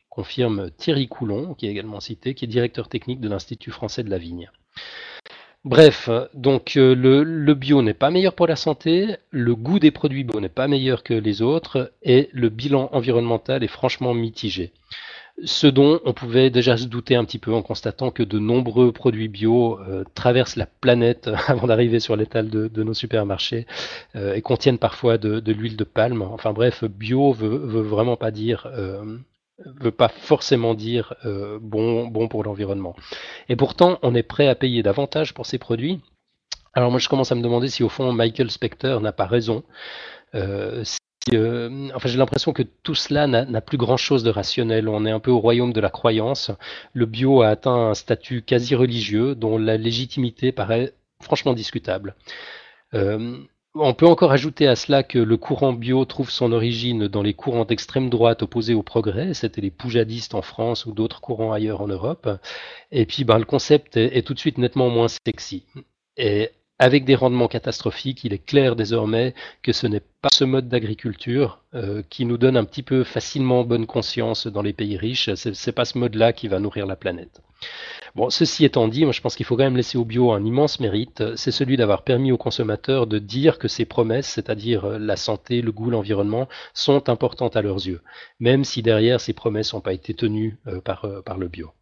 confirme Thierry Coulon, qui est également cité, qui est directeur technique de l'Institut français de la vigne. Bref, donc euh, le, le bio n'est pas meilleur pour la santé, le goût des produits bio n'est pas meilleur que les autres, et le bilan environnemental est franchement mitigé. Ce dont on pouvait déjà se douter un petit peu en constatant que de nombreux produits bio euh, traversent la planète avant d'arriver sur l'étal de, de nos supermarchés euh, et contiennent parfois de, de l'huile de palme. Enfin bref, bio veut, veut vraiment pas dire, euh, veut pas forcément dire euh, bon, bon pour l'environnement. Et pourtant, on est prêt à payer davantage pour ces produits. Alors moi, je commence à me demander si au fond Michael Specter n'a pas raison. Euh, Euh, enfin, j'ai l'impression que tout cela n'a, n'a plus grand-chose de rationnel. On est un peu au royaume de la croyance. Le bio a atteint un statut quasi religieux dont la légitimité paraît franchement discutable. Euh, on peut encore ajouter à cela que le courant bio trouve son origine dans les courants d'extrême droite opposés au progrès. C'était les poujadistes en France ou d'autres courants ailleurs en Europe. Et puis, ben, le concept est, est tout de suite nettement moins sexy. Et avec des rendements catastrophiques, il est clair désormais que ce n'est pas ce mode d'agriculture euh, qui nous donne un petit peu facilement bonne conscience dans les pays riches. C'est, c'est pas ce mode-là qui va nourrir la planète. Bon, ceci étant dit, moi je pense qu'il faut quand même laisser au bio un immense mérite. C'est celui d'avoir permis aux consommateurs de dire que ces promesses, c'est-à-dire la santé, le goût, l'environnement, sont importantes à leurs yeux, même si derrière ces promesses n'ont pas été tenues euh, par, euh, par le bio.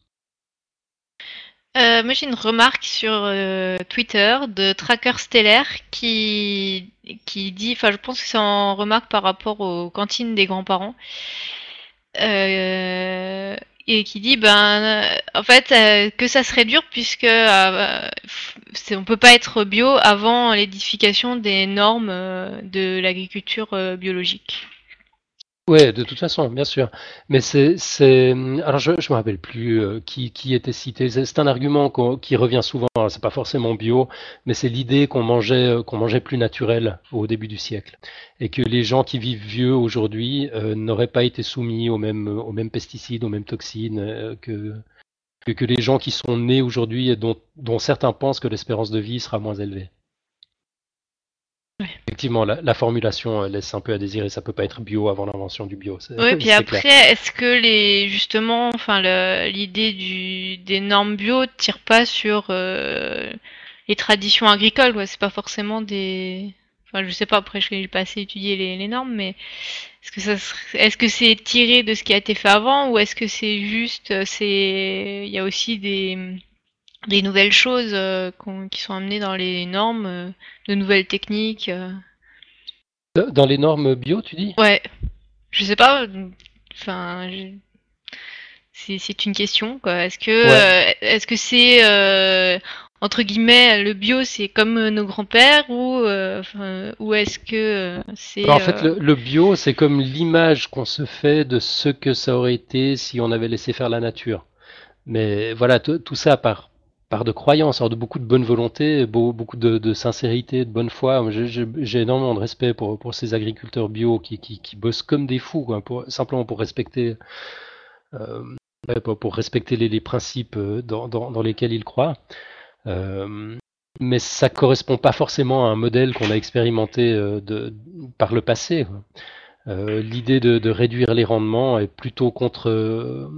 Euh, moi, j'ai une remarque sur euh, Twitter de Tracker Stellaire qui, qui dit, enfin, je pense que c'est en remarque par rapport aux cantines des grands-parents, euh, et qui dit, ben, en fait, euh, que ça serait dur puisque euh, c'est, on peut pas être bio avant l'édification des normes euh, de l'agriculture euh, biologique. Ouais, de toute façon, bien sûr. Mais c'est, c'est, alors je, je me rappelle plus euh, qui, qui était cité. C'est, c'est un argument qu'on- qui revient souvent. Alors, c'est pas forcément bio, mais c'est l'idée qu'on mangeait, euh, qu'on mangeait plus naturel au début du siècle, et que les gens qui vivent vieux aujourd'hui euh, n'auraient pas été soumis aux mêmes, aux mêmes pesticides, aux mêmes toxines euh, que, que que les gens qui sont nés aujourd'hui et dont, dont certains pensent que l'espérance de vie sera moins élevée. Ouais. Effectivement, la, la formulation euh, laisse un peu à désirer. Ça peut pas être bio avant l'invention du bio, c'est, Ouais, puis c'est clair. après, est-ce que les justement, enfin, le- l'idée du des normes bio tire pas sur euh, les traditions agricoles, quoi. C'est pas forcément des, enfin, je sais pas. Après, je n'ai pas assez étudié les, les normes, mais est-ce que ça, serait- est-ce que c'est tiré de ce qui a été fait avant, ou est-ce que c'est juste, euh, c'est, il y a aussi des des nouvelles choses euh, qu'on- qui sont amenées dans les normes, euh, de nouvelles techniques. euh. Dans les normes bio, tu dis? Ouais, je sais pas. Enfin, je- C'est c'est une question, quoi. Est-ce que Ouais. euh, est-ce que c'est euh, entre guillemets le bio, c'est comme euh, nos grands-pères, ou euh, enfin, ou est-ce que euh, Bah, en c'est fait, euh, le, le bio, c'est comme l'image qu'on se fait de ce que ça aurait été si on avait laissé faire la nature. Mais voilà, tout, tout ça part, part de croyances, alors de beaucoup de bonne volonté, beau- beaucoup de, de sincérité, de bonne foi. Moi, J'ai j'ai- j'ai énormément de respect pour, pour ces agriculteurs bio qui, qui, qui bossent comme des fous, quoi, pour, simplement pour respecter, euh, ouais, pour, pour respecter les, les principes euh, dans, dans, dans lesquels ils croient. Euh, mais ça correspond pas forcément à un modèle qu'on a expérimenté euh, de, par le passé, quoi. Euh, l'idée de, de réduire les rendements est plutôt contre, euh,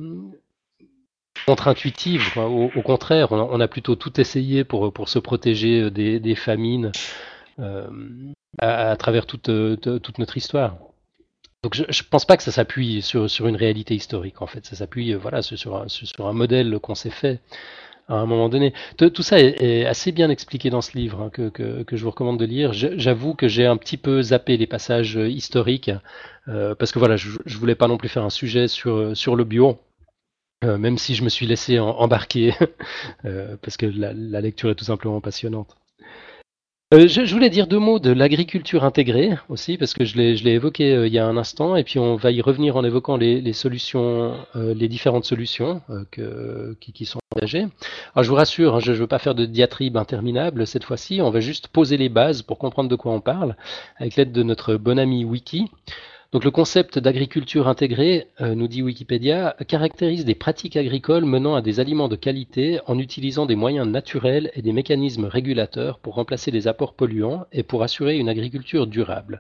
contre-intuitive, quoi. Au, au contraire, on a, on a plutôt tout essayé pour, pour se protéger des, des famines euh, à, à travers toute, euh, t- toute notre histoire. Donc je, je pense pas que ça s'appuie sur, sur une réalité historique, en fait. Ça s'appuie euh, voilà, sur, sur un, sur sur un modèle qu'on s'est fait à un moment donné. Tout, tout ça est, est assez bien expliqué dans ce livre hein, que, que, que je vous recommande de lire. Je- J'avoue que j'ai un petit peu zappé les passages euh, historiques euh, parce que voilà, je, je voulais pas non plus faire un sujet sur, sur le bio. euh, même si je me suis laissé en- embarquer euh, parce que la, la lecture est tout simplement passionnante. Euh, je, je voulais dire deux mots de l'agriculture intégrée aussi, parce que je l'ai, je l'ai évoqué euh, il y a un instant, et puis on va y revenir en évoquant les, les solutions, euh, les différentes solutions euh, que, qui, qui sont engagées. Alors je vous rassure, hein, je ne veux pas faire de diatribe interminable cette fois-ci, on va juste poser les bases pour comprendre de quoi on parle, avec l'aide de notre bon ami Wiki. Donc le concept d'agriculture intégrée, euh, nous dit Wikipédia, caractérise des pratiques agricoles menant à des aliments de qualité en utilisant des moyens naturels et des mécanismes régulateurs pour remplacer les apports polluants et pour assurer une agriculture durable.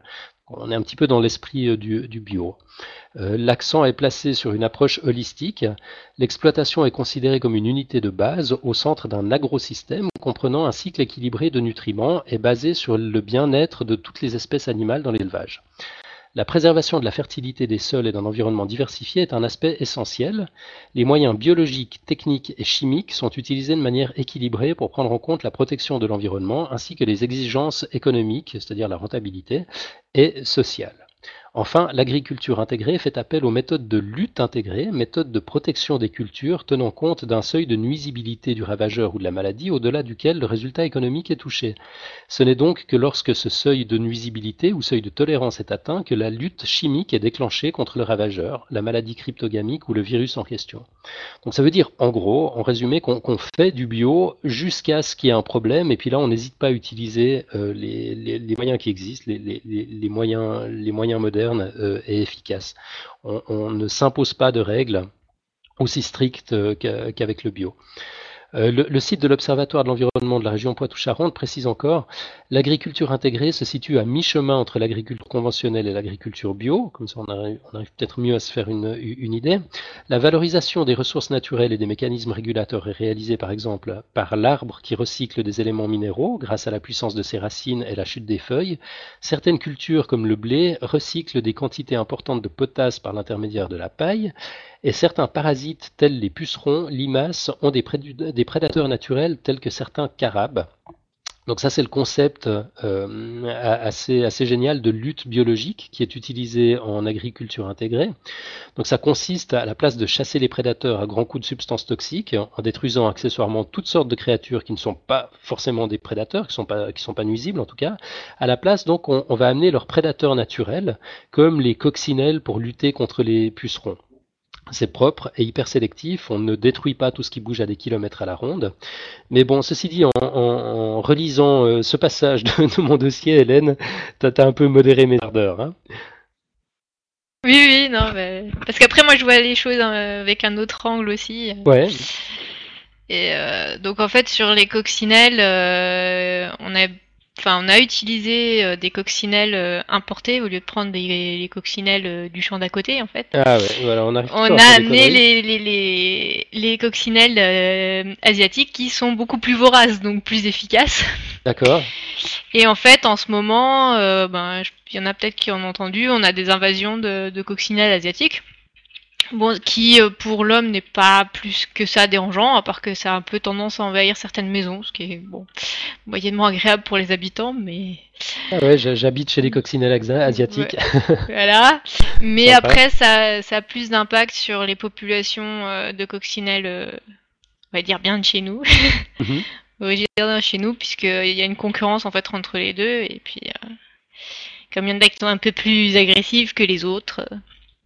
On est un petit peu dans l'esprit du, du bio. Euh, l'accent est placé sur une approche holistique. L'exploitation est considérée comme une unité de base au centre d'un agrosystème comprenant un cycle équilibré de nutriments et basé sur le bien-être de toutes les espèces animales dans l'élevage. La préservation de la fertilité des sols et d'un environnement diversifié est un aspect essentiel. Les moyens biologiques, techniques et chimiques sont utilisés de manière équilibrée pour prendre en compte la protection de l'environnement ainsi que les exigences économiques, c'est-à-dire la rentabilité, et sociales. Enfin, l'agriculture intégrée fait appel aux méthodes de lutte intégrée, méthodes de protection des cultures tenant compte d'un seuil de nuisibilité du ravageur ou de la maladie au-delà duquel le résultat économique est touché. Ce n'est donc que lorsque ce seuil de nuisibilité ou seuil de tolérance est atteint que la lutte chimique est déclenchée contre le ravageur, la maladie cryptogamique ou le virus en question. Donc ça veut dire, en gros, en résumé, qu'on qu'on fait du bio jusqu'à ce qu'il y ait un problème, et puis là on n'hésite pas à utiliser euh, les, les, les moyens qui existent, les, les, les, moyens, les moyens modernes euh, et efficaces. On, on ne s'impose pas de règles aussi strictes euh, qu'avec le bio. Euh, le, le site de l'Observatoire de l'environnement de la région Poitou-Charentes précise encore: l'agriculture intégrée se situe à mi-chemin entre l'agriculture conventionnelle et l'agriculture bio, comme ça on arrive, on arrive peut-être mieux à se faire une, une idée. La valorisation des ressources naturelles et des mécanismes régulateurs est réalisée par exemple par l'arbre qui recycle des éléments minéraux grâce à la puissance de ses racines et la chute des feuilles. Certaines cultures comme le blé recyclent des quantités importantes de potasse par l'intermédiaire de la paille. Et certains parasites tels les pucerons, limaces, ont des, prédu- des prédateurs naturels tels que certains carabes. Donc ça c'est le concept euh, assez, assez génial de lutte biologique qui est utilisé en agriculture intégrée. Donc ça consiste à la place de chasser les prédateurs à grands coups de substances toxiques, en détruisant accessoirement toutes sortes de créatures qui ne sont pas forcément des prédateurs, qui ne sont pas, qui sont pas nuisibles en tout cas. À la place donc on, on va amener leurs prédateurs naturels comme les coccinelles pour lutter contre les pucerons. C'est propre et hyper sélectif, on ne détruit pas tout ce qui bouge à des kilomètres à la ronde. Mais bon, ceci dit, en, en, en relisant euh, ce passage de, de mon dossier, Hélène, t'as, t'as un peu modéré mes ardeurs. Hein. Oui, oui, non, mais... parce qu'après moi je vois les choses euh, avec un autre angle aussi. Ouais. Et euh, donc en fait sur les coccinelles, euh, on a Enfin, on a utilisé euh, des coccinelles euh, importées au lieu de prendre des, les coccinelles euh, du champ d'à côté, en fait. Ah ouais, voilà, on arrive. On a amené les, les, les, les coccinelles euh, asiatiques qui sont beaucoup plus voraces, donc plus efficaces. D'accord. Et en fait, en ce moment, euh, ben, il y en a peut-être qui en ont entendu, on a des invasions de, de coccinelles asiatiques. Bon, qui euh, pour l'homme n'est pas plus que ça dérangeant, à part que ça a un peu tendance à envahir certaines maisons, ce qui est bon moyennement agréable pour les habitants, mais. Ah ouais, j'habite chez les coccinelles asiatiques. Ouais. Voilà. Mais Sympa. Après, ça, ça a plus d'impact sur les populations euh, de coccinelles, euh, on va dire bien de chez nous, mm-hmm. originaires chez nous, puisqu'il y a une concurrence en fait entre les deux, et puis euh, comme il y en a qui sont un peu plus agressives que les autres. Euh,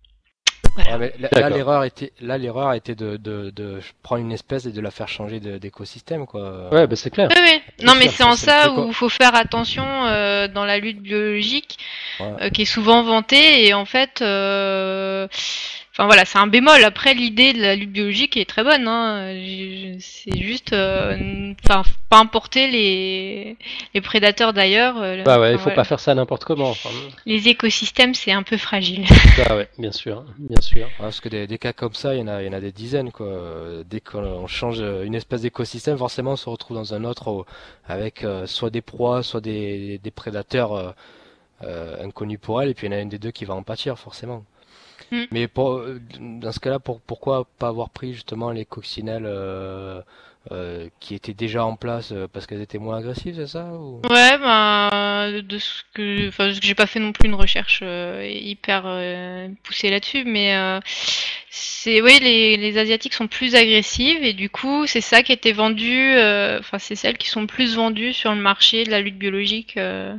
Voilà. Ouais, mais là, là l'erreur était, là l'erreur était de, de, de prendre une espèce et de la faire changer de, d'écosystème, quoi. Ouais, bah c'est clair. Oui, oui. Non, mais c'est en ça où il faut faire attention euh, dans la lutte biologique, ouais. euh, qui est souvent vantée, et en fait, euh... enfin voilà, c'est un bémol. Après, l'idée de la lutte biologique est très bonne. Hein. C'est juste, euh, enfin, pas importer les les prédateurs d'ailleurs. Euh, bah ouais, il faut voilà. Pas faire ça n'importe comment. Enfin... Les écosystèmes, c'est un peu fragile. Bah ouais, bien sûr, bien sûr. Ouais, parce que des, des cas comme ça, il y en a, il y en a des dizaines, quoi. Dès qu'on change une espèce d'écosystème, forcément, on se retrouve dans un autre euh, avec euh, soit des proies, soit des, des prédateurs euh, euh, inconnus pour elle, et puis il y en a une des deux qui va en pâtir, forcément. Mm. Mais pour, dans ce cas-là, pour, pourquoi pas avoir pris justement les coccinelles euh, euh, qui étaient déjà en place euh, parce qu'elles étaient moins agressives, c'est ça ou... Ouais, bah, de ce que, enfin, j'ai pas fait non plus une recherche euh, hyper euh, poussée là-dessus, mais euh, c'est, oui, les, les asiatiques sont plus agressives et du coup, c'est ça qui était vendu, euh, enfin, c'est celles qui sont plus vendues sur le marché de la lutte biologique. Euh,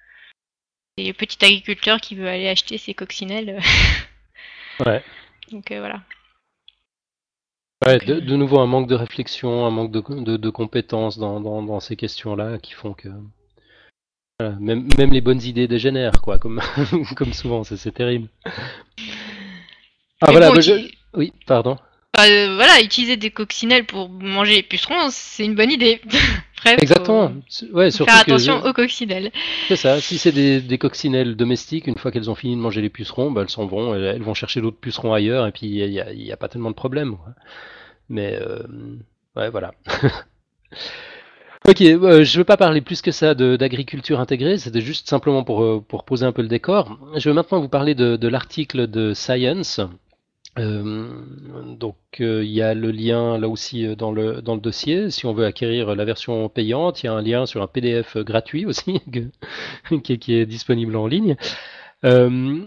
les petits agriculteurs qui veulent aller acheter ces coccinelles. Ouais. Donc euh, voilà. Ouais, de, de nouveau un manque de réflexion, un manque de, de, de compétences dans, dans, dans ces questions-là qui font que voilà, même, même les bonnes idées dégénèrent, quoi, comme, comme souvent, c'est, c'est terrible. Ah Mais voilà, bon, bah, qui... je... oui, pardon. Enfin, euh, voilà, utiliser des coccinelles pour manger les pucerons, c'est une bonne idée. Bref, Exactement. faut, Ouais, faut surtout faire que attention aux coccinelles. c'est ça. Si c'est des, des coccinelles domestiques, une fois qu'elles ont fini de manger les pucerons, bah, elles s'en vont, elles, elles vont chercher d'autres pucerons ailleurs, et puis il n'y a, y a pas tellement de problème, quoi. Mais euh, ouais, voilà. Ok, euh, je ne veux pas parler plus que ça de- d'agriculture intégrée, c'était juste simplement pour, euh, pour poser un peu le décor. Je vais maintenant vous parler de, de l'article de Science. Euh, donc euh, il y a le lien là aussi euh, dans le, dans le dossier. Si on veut acquérir la version payante, il y a un lien sur un P D F gratuit aussi que- qui, qui est disponible en ligne. Euh,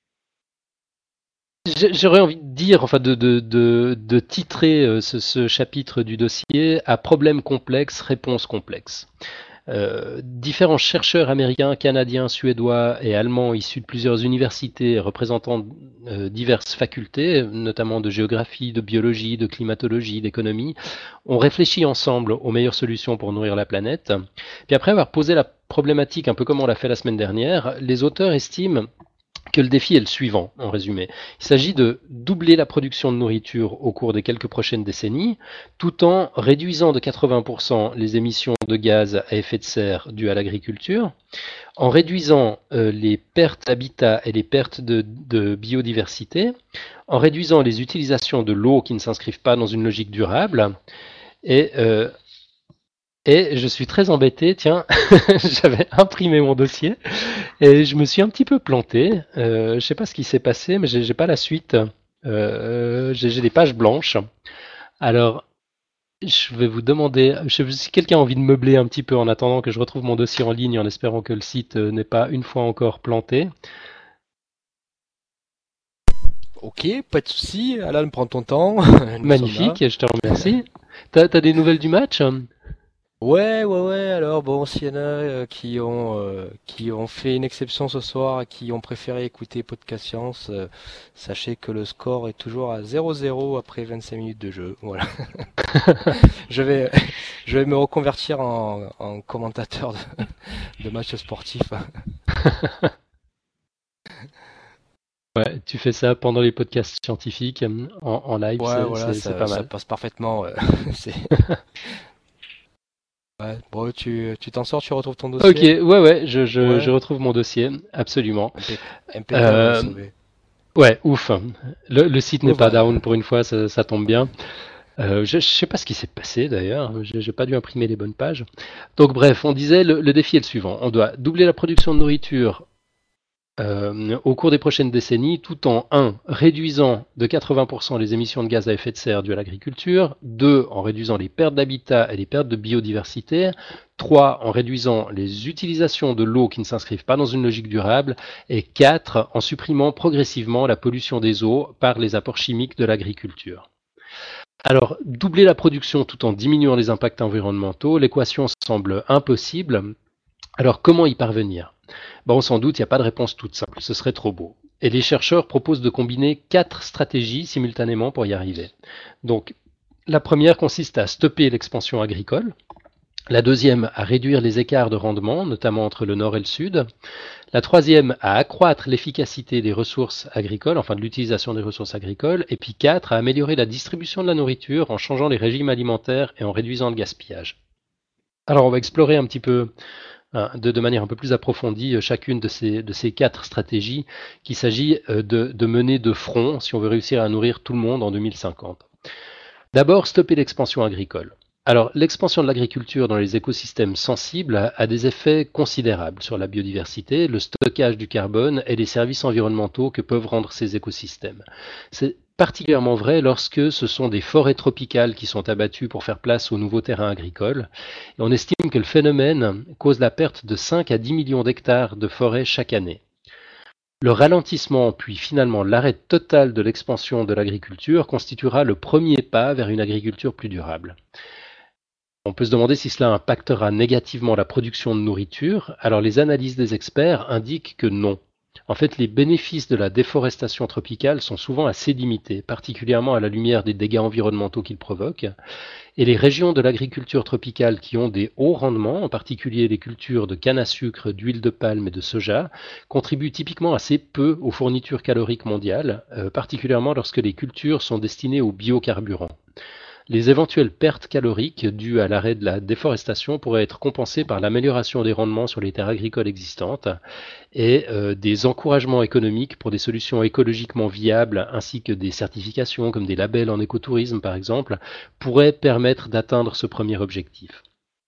j'ai- J'aurais envie de dire, enfin de, de, de, de titrer euh, ce, ce chapitre du dossier à problème complexe, réponse complexe. Euh, différents chercheurs américains, canadiens, suédois et allemands issus de plusieurs universités représentant euh, diverses facultés, notamment de géographie, de biologie, de climatologie, d'économie, ont réfléchi ensemble aux meilleures solutions pour nourrir la planète. Puis après avoir posé la problématique, un peu comme on l'a fait la semaine dernière, les auteurs estiment que le défi est le suivant, en résumé. Il s'agit de doubler la production de nourriture au cours des quelques prochaines décennies, tout en réduisant de quatre-vingts pour cent les émissions de gaz à effet de serre dues à l'agriculture, en réduisant euh, les pertes d'habitat et les pertes de, de biodiversité, en réduisant les utilisations de l'eau qui ne s'inscrivent pas dans une logique durable, et euh, et je suis très embêté, tiens, j'avais imprimé mon dossier et je me suis un petit peu planté. Euh, je sais pas ce qui s'est passé, mais j'ai j'ai pas la suite. Euh, j'ai j'ai des pages blanches. Alors, je vais vous demander, je sais pas si quelqu'un a envie de meubler un petit peu en attendant que je retrouve mon dossier en ligne, en espérant que le site euh, n'est pas une fois encore planté. Ok, pas de souci. Alan, prends ton temps. Nous Magnifique, sommes là. je te remercie. T'as, t'as des nouvelles du match? Ouais, ouais, ouais. Alors bon, s'il y en a euh, qui ont euh, qui ont fait une exception ce soir, et qui ont préféré écouter Podcast Science, euh, sachez que le score est toujours à zéro zéro après vingt-cinq minutes de jeu. Voilà. Je vais je vais me reconvertir en, en commentateur de, de matchs sportifs. Ouais, tu fais ça pendant les podcasts scientifiques en, en live, Ouais, c'est, voilà, c'est, c'est ça pas ça mal. passe parfaitement. euh, c'est ouais. Bon, tu tu t'en sors, tu retrouves ton Ok, dossier? ouais, ouais, je, je, je Ouais. retrouve mon dossier, absolument. Impec- impeccable, on est Euh, sauvé. ouais, ouf. Le, le site n'est Ouf, pas bah, down pour une fois, ça, ça tombe bien. Euh, je, je sais pas ce qui s'est passé d'ailleurs, j'ai, j'ai pas dû imprimer les bonnes pages. Donc bref, on disait le, le défi est le suivant. On doit doubler la production de nourriture euh, au cours des prochaines décennies, tout en un réduisant de quatre-vingts pour cent les émissions de gaz à effet de serre dues à l'agriculture, deux en réduisant les pertes d'habitat et les pertes de biodiversité, trois en réduisant les utilisations de l'eau qui ne s'inscrivent pas dans une logique durable, et quatre en supprimant progressivement la pollution des eaux par les apports chimiques de l'agriculture. Alors, doubler la production tout en diminuant les impacts environnementaux, l'équation semble impossible. Alors, comment y parvenir? Bon, sans doute, il n'y a pas de réponse toute simple, ce serait trop beau. Et les chercheurs proposent de combiner quatre stratégies simultanément pour y arriver. Donc, la première consiste à stopper l'expansion agricole. La deuxième, à réduire les écarts de rendement, notamment entre le nord et le sud. La troisième, à accroître l'efficacité des ressources agricoles, enfin de l'utilisation des ressources agricoles. Et puis quatre, à améliorer la distribution de la nourriture en changeant les régimes alimentaires et en réduisant le gaspillage. Alors, on va explorer un petit peu hein, de, de manière un peu plus approfondie euh, chacune de ces, de ces quatre stratégies qu'il s'agit euh, de, de mener de front si on veut réussir à nourrir tout le monde en deux mille cinquante. D'abord, stopper l'expansion agricole. Alors, l'expansion de l'agriculture dans les écosystèmes sensibles a, a des effets considérables sur la biodiversité, le stockage du carbone et les services environnementaux que peuvent rendre ces écosystèmes. C'est particulièrement vrai lorsque ce sont des forêts tropicales qui sont abattues pour faire place aux nouveaux terrains agricoles. Et on estime que le phénomène cause la perte de cinq à dix millions d'hectares de forêts chaque année. Le ralentissement, puis finalement l'arrêt total de l'expansion de l'agriculture constituera le premier pas vers une agriculture plus durable. On peut se demander si cela impactera négativement la production de nourriture. Alors les analyses des experts indiquent que non. En fait, les bénéfices de la déforestation tropicale sont souvent assez limités, particulièrement à la lumière des dégâts environnementaux qu'ils provoquent. Et les régions de l'agriculture tropicale qui ont des hauts rendements, en particulier les cultures de canne à sucre, d'huile de palme et de soja, contribuent typiquement assez peu aux fournitures caloriques mondiales, euh, particulièrement lorsque les cultures sont destinées aux biocarburants. Les éventuelles pertes caloriques dues à l'arrêt de la déforestation pourraient être compensées par l'amélioration des rendements sur les terres agricoles existantes et euh, des encouragements économiques pour des solutions écologiquement viables ainsi que des certifications comme des labels en écotourisme par exemple pourraient permettre d'atteindre ce premier objectif.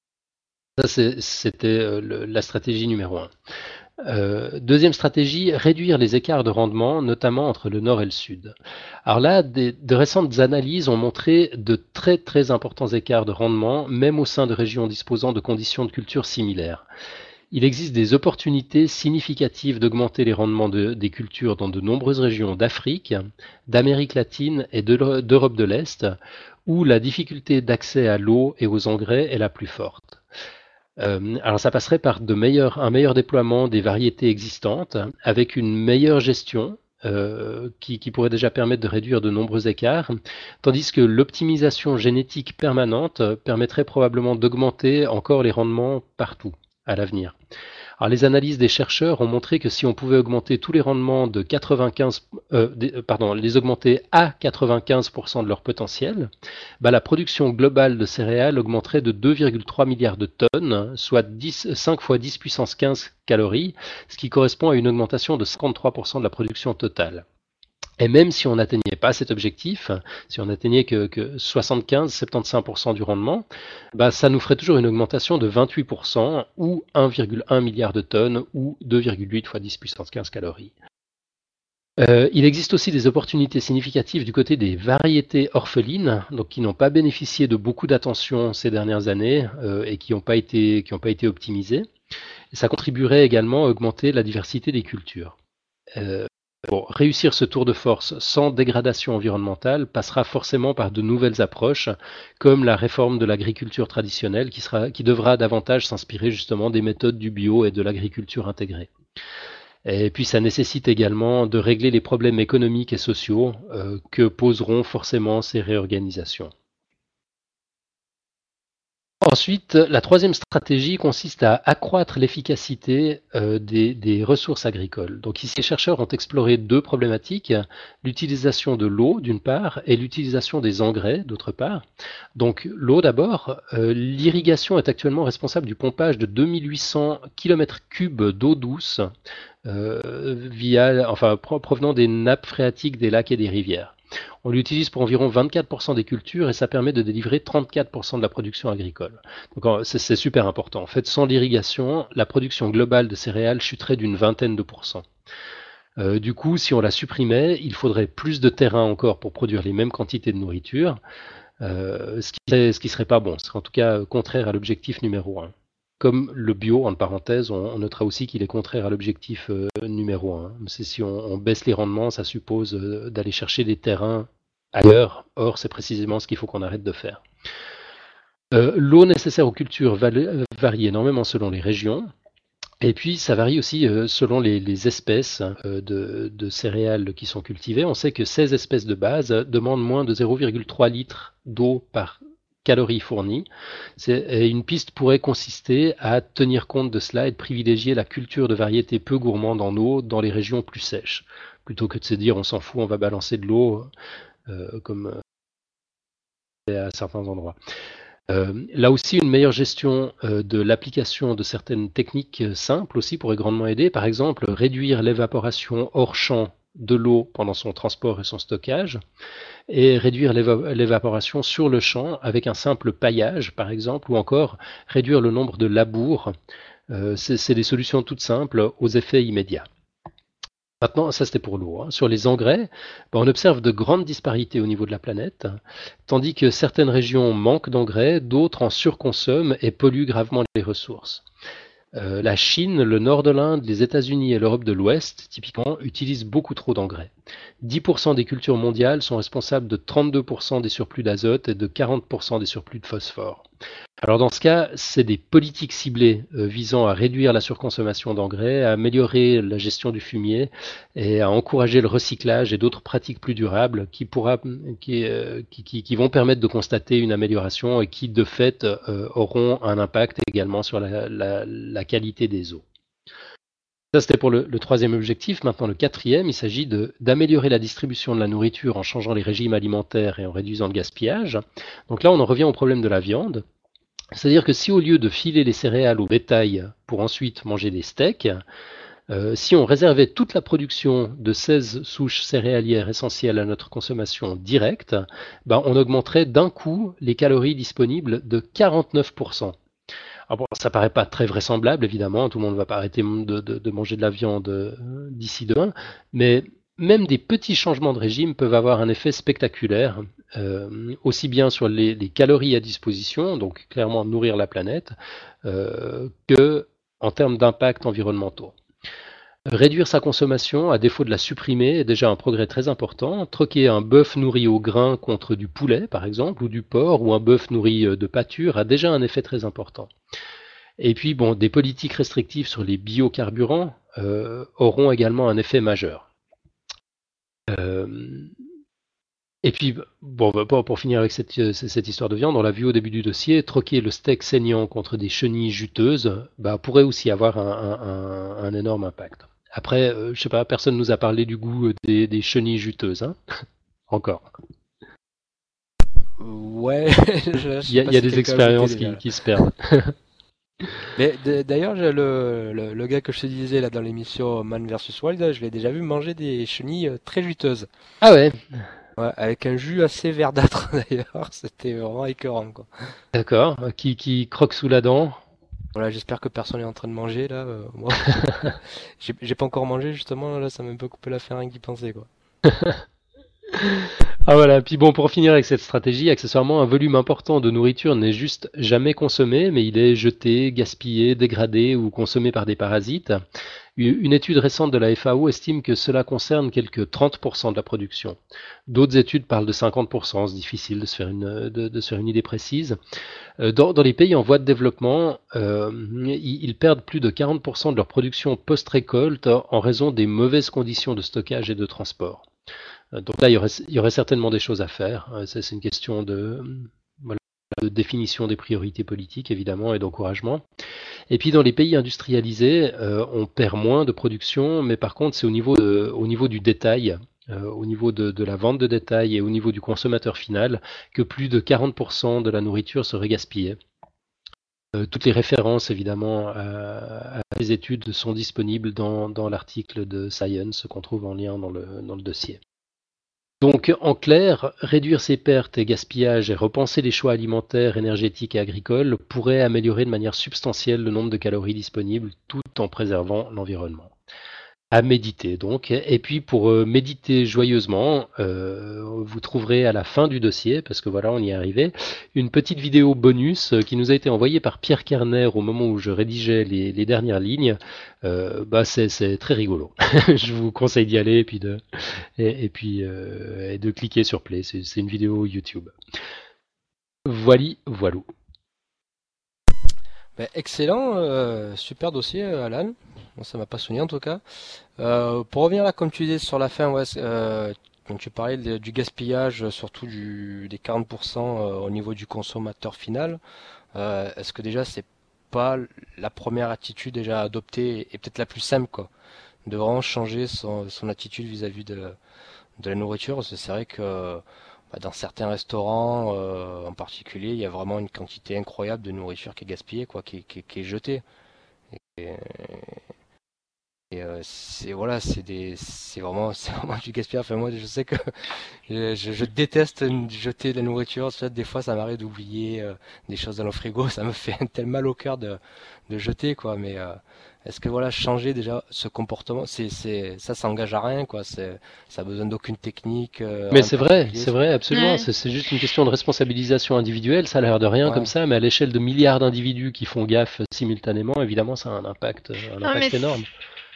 Ça, c'était euh, la stratégie numéro un. Euh, deuxième stratégie, réduire les écarts de rendement, notamment entre le nord et le sud. Alors là, des, de récentes analyses ont montré de très très importants écarts de rendement, même au sein de régions disposant de conditions de culture similaires. Il existe des opportunités significatives d'augmenter les rendements de, des cultures dans de nombreuses régions d'Afrique, d'Amérique latine et de, d'Europe de l'Est, où la difficulté d'accès à l'eau et aux engrais est la plus forte. Euh, alors ça passerait par de meilleurs, un meilleur déploiement des variétés existantes, avec une meilleure gestion euh, qui, qui pourrait déjà permettre de réduire de nombreux écarts, tandis que l'optimisation génétique permanente permettrait probablement d'augmenter encore les rendements partout à l'avenir. Alors les analyses des chercheurs ont montré que si on pouvait augmenter tous les rendements de quatre-vingt-quinze, euh, des, pardon, les augmenter à quatre-vingt-quinze pour cent de leur potentiel, bah, la production globale de céréales augmenterait de deux virgule trois milliards de tonnes, soit dix, cinq fois dix puissance quinze calories, ce qui correspond à une augmentation de cinquante-trois pour cent de la production totale. Et même si on n'atteignait pas cet objectif, si on n'atteignait que, que soixante-quinze à soixante-quinze pour cent du rendement, bah ça nous ferait toujours une augmentation de vingt-huit pour cent ou un virgule un milliard de tonnes ou deux virgule huit fois dix puissance quinze calories. Euh, il existe aussi des opportunités significatives du côté des variétés orphelines, donc qui n'ont pas bénéficié de beaucoup d'attention ces dernières années euh, et qui n'ont pas été, qui n'ont pas été optimisées. Et ça contribuerait également à augmenter la diversité des cultures. Euh, Pour réussir ce tour de force sans dégradation environnementale passera forcément par de nouvelles approches, comme la réforme de l'agriculture traditionnelle qui, sera, qui devra davantage s'inspirer justement des méthodes du bio et de l'agriculture intégrée. Et puis ça nécessite également de régler les problèmes économiques et sociaux euh, que poseront forcément ces réorganisations. Ensuite, la troisième stratégie consiste à accroître l'efficacité euh, des, des ressources agricoles. Donc ici, les chercheurs ont exploré deux problématiques, l'utilisation de l'eau d'une part et l'utilisation des engrais d'autre part. Donc l'eau d'abord, euh, l'irrigation est actuellement responsable du pompage de deux mille huit cents kilomètres cubes d'eau douce euh, via, enfin, provenant des nappes phréatiques des lacs et des rivières. On l'utilise pour environ vingt-quatre pour cent des cultures et ça permet de délivrer trente-quatre pour cent de la production agricole. Donc c'est super important. En fait, sans l'irrigation, la production globale de céréales chuterait d'une vingtaine de pourcents. Euh, du coup, si on la supprimait, il faudrait plus de terrain encore pour produire les mêmes quantités de nourriture, euh, ce qui serait, ce qui serait pas bon. Ce serait en tout cas contraire à l'objectif numéro un. Comme le bio, en parenthèse, on, on notera aussi qu'il est contraire à l'objectif euh, numéro un. C'est si on, on baisse les rendements, ça suppose euh, d'aller chercher des terrains ailleurs. Or, c'est précisément ce qu'il faut qu'on arrête de faire. Euh, l'eau nécessaire aux cultures varie énormément selon les régions. Et puis, ça varie aussi euh, selon les, les espèces euh, de, de céréales qui sont cultivées. On sait que seize espèces de base demandent moins de zéro virgule trois litres d'eau par calories fournies. Et une piste pourrait consister à tenir compte de cela et de privilégier la culture de variétés peu gourmandes en eau dans les régions plus sèches, plutôt que de se dire on s'en fout, on va balancer de l'eau euh, comme euh, à certains endroits. Euh, là aussi, une meilleure gestion euh, de l'application de certaines techniques simples aussi pourrait grandement aider. Par exemple, réduire l'évaporation hors champ de l'eau pendant son transport et son stockage, et réduire l'éva- l'évaporation sur le champ avec un simple paillage, par exemple, ou encore réduire le nombre de labours. Euh, c'est, c'est des solutions toutes simples aux effets immédiats. Maintenant, ça c'était pour l'eau. Hein. Sur les engrais, ben, on observe de grandes disparités au niveau de la planète, tandis que certaines régions manquent d'engrais, d'autres en surconsomment et polluent gravement les ressources. Euh, la Chine, le nord de l'Inde, les États-Unis et l'Europe de l'Ouest, typiquement, utilisent beaucoup trop d'engrais. dix pour cent des cultures mondiales sont responsables de trente-deux pour cent des surplus d'azote et de quarante pour cent des surplus de phosphore. Alors dans ce cas, c'est des politiques ciblées euh, visant à réduire la surconsommation d'engrais, à améliorer la gestion du fumier et à encourager le recyclage et d'autres pratiques plus durables qui, pourra, qui, euh, qui, qui, qui vont permettre de constater une amélioration et qui de fait euh, auront un impact également sur la, la, la qualité des eaux. Ça, c'était pour le, le troisième objectif. Maintenant, le quatrième, il s'agit de, d'améliorer la distribution de la nourriture en changeant les régimes alimentaires et en réduisant le gaspillage. Donc là, on en revient au problème de la viande. C'est-à-dire que si au lieu de filer les céréales au bétail pour ensuite manger des steaks, euh, si on réservait toute la production de seize souches céréalières essentielles à notre consommation directe, ben on augmenterait d'un coup les calories disponibles de quarante-neuf pour cent. Alors bon, ça paraît pas très vraisemblable, évidemment, tout le monde ne va pas arrêter de, de, de manger de la viande euh, d'ici demain, mais même des petits changements de régime peuvent avoir un effet spectaculaire, euh, aussi bien sur les, les calories à disposition, donc clairement nourrir la planète, euh, que en termes d'impact environnementaux. Réduire sa consommation, à défaut de la supprimer, est déjà un progrès très important. Troquer un bœuf nourri au grain contre du poulet, par exemple, ou du porc, ou un bœuf nourri de pâture, a déjà un effet très important. Et puis, bon, des politiques restrictives sur les biocarburants euh, auront également un effet majeur. Euh, et puis, bon, pour, pour finir avec cette, cette histoire de viande, on l'a vu au début du dossier, troquer le steak saignant contre des chenilles juteuses bah, pourrait aussi avoir un, un, un énorme impact. Après, euh, je sais pas, personne nous a parlé du goût des, des chenilles juteuses, hein. Encore. Ouais, je, je il y a, pas il y a si des expériences qui, qui se perdent. Mais d'ailleurs, le, le, le gars que je te disais là dans l'émission Man versus. Wild, je l'ai déjà vu manger des chenilles très juteuses. Ah ouais. Ouais, avec un jus assez verdâtre d'ailleurs, c'était vraiment écœurant quoi. D'accord. Qui, qui croque sous la dent. Voilà, j'espère que personne est en train de manger là. Euh, moi, j'ai, j'ai pas encore mangé justement là, ça m'a un peu coupé la faim rien qu'y penser quoi. Ah voilà, puis bon, pour finir avec cette stratégie, accessoirement, un volume important de nourriture n'est juste jamais consommé, mais il est jeté, gaspillé, dégradé ou consommé par des parasites. Une étude récente de la F A O estime que cela concerne quelques trente pour cent de la production. D'autres études parlent de cinquante pour cent, c'est difficile de se faire une, de, de se faire une idée précise. Dans, dans les pays en voie de développement, euh, ils, ils perdent plus de quarante pour cent de leur production post-récolte en raison des mauvaises conditions de stockage et de transport. Donc là, il y, aurait, il y aurait certainement des choses à faire. C'est, c'est une question de, voilà, de définition des priorités politiques, évidemment, et d'encouragement. Et puis dans les pays industrialisés, euh, on perd moins de production, mais par contre, c'est au niveau, de, au niveau du détail, euh, au niveau de, de la vente de détail et au niveau du consommateur final, que plus de quarante pour cent de la nourriture serait gaspillée. Euh, toutes les références, évidemment, à, à ces études sont disponibles dans, dans l'article de Science qu'on trouve en lien dans le, dans le dossier. Donc, en clair, réduire ces pertes et gaspillages et repenser les choix alimentaires, énergétiques et agricoles pourrait améliorer de manière substantielle le nombre de calories disponibles tout en préservant l'environnement. À méditer donc. Et puis pour euh, méditer joyeusement, euh, vous trouverez à la fin du dossier, parce que voilà, on y est arrivé, une petite vidéo bonus euh, qui nous a été envoyée par Pierre Kerner au moment où je rédigeais les, les dernières lignes. Euh, bah c'est, c'est très rigolo. Je vous conseille d'y aller et puis de, et, et puis, euh, et de cliquer sur play. C'est, c'est une vidéo YouTube. Voili, voilou. Ben, excellent, euh, super dossier, Alan. Bon, ça m'a passionné en tout cas. Euh, pour revenir là, comme tu disais sur la fin, ouais, euh, quand tu parlais de, du gaspillage, surtout du, des quarante pour cent euh, au niveau du consommateur final, euh, est-ce que déjà c'est pas la première attitude déjà adoptée et peut-être la plus simple quoi, de vraiment changer son, son attitude vis-à-vis de, de la nourriture, parce que c'est vrai que bah, dans certains restaurants euh, en particulier, il y a vraiment une quantité incroyable de nourriture qui est gaspillée, quoi, qui, qui, qui est jetée. Et, et euh, c'est voilà, c'est des, c'est vraiment, c'est vraiment du gaspillage. Enfin moi, je sais que je, je, je déteste jeter de la nourriture. Des fois, ça m'arrive d'oublier euh, des choses dans le frigo. Ça me fait un tel mal au cœur de, de jeter, quoi. Mais euh, est-ce que voilà, changer déjà ce comportement, c'est, c'est, ça s'engage à rien, quoi. C'est, ça a besoin d'aucune technique. Euh, mais c'est vrai, c'est vrai, absolument. Ouais. C'est, c'est juste une question de responsabilisation individuelle. Ça a l'air de rien Ouais. comme ça, mais à l'échelle de milliards d'individus qui font gaffe simultanément, évidemment, ça a un impact, un Non, impact mais énorme.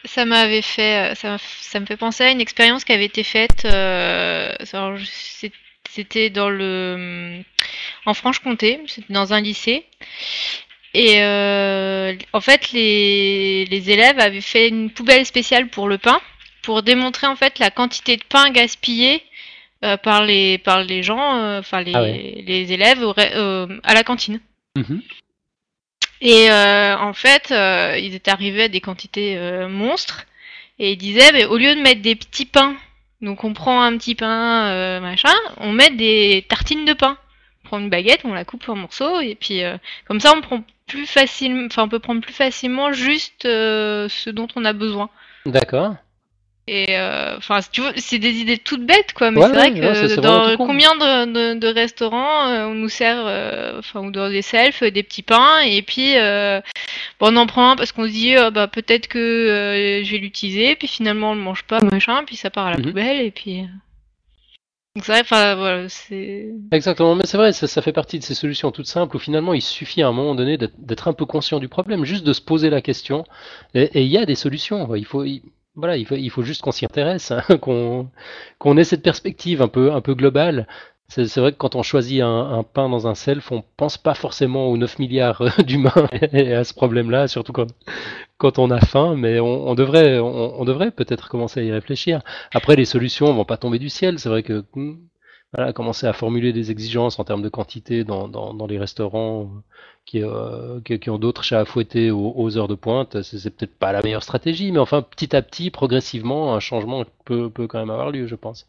ça m'avait fait, ça, m'a- ça me fait penser à une expérience qui avait été faite. Euh, alors, je- c'est- c'était dans le, en Franche-Comté, c'était dans un lycée. Et euh, en fait, les, les élèves avaient fait une poubelle spéciale pour le pain, pour démontrer en fait la quantité de pain gaspillé euh, par les par les gens, euh, enfin Ah ouais. les, les élèves au ré- euh, à la cantine. Mhm. Et euh, en fait, euh, ils étaient arrivés à des quantités euh, monstres. Et ils disaient, bah, au lieu de mettre des petits pains, donc on prend un petit pain, euh, machin, on met des tartines de pain. On prend une baguette, on la coupe en morceaux, et puis euh, comme ça, on prend plus facilement, enfin, on peut prendre plus facilement juste euh, ce dont on a besoin. D'accord. Et euh, enfin, tu vois, c'est des idées toutes bêtes, quoi. Mais Ouais, c'est vrai ouais, non, c'est que c'est vraiment tout dans con. combien de, de, de restaurants euh, on nous sert, euh, enfin, ou dans des selfs, des petits pains, et puis euh, bon, on en prend un parce qu'on se dit euh, bah peut-être que euh, je vais l'utiliser, puis finalement on le mange pas, machin, puis ça part à la Mhm. poubelle, et puis. euh, Donc c'est vrai, enfin voilà, c'est. Exactement, mais c'est vrai, ça, ça fait partie de ces solutions toutes simples où finalement il suffit à un moment donné d'être d'être un peu conscient du problème, juste de se poser la question. Et et il y a des solutions. Il faut, il- voilà, il faut, il faut juste qu'on s'y intéresse, hein, qu'on qu'on ait cette perspective un peu, un peu globale. C'est c'est vrai que quand on choisit un, un pain dans un self, on pense pas forcément aux neuf milliards d'humains et à ce problème-là, surtout quand, quand on a faim, mais on, on devrait, on, on devrait peut-être commencer à y réfléchir. Après, les solutions vont pas tomber du ciel. C'est vrai que hmm, voilà, commencer à formuler des exigences en termes de quantité dans, dans, dans les restaurants euh, qui, euh, qui, qui ont d'autres chats à fouetter aux, aux heures de pointe, c'est c'est peut-être pas la meilleure stratégie, mais enfin, petit à petit, progressivement, un changement peut, peut quand même avoir lieu, je pense.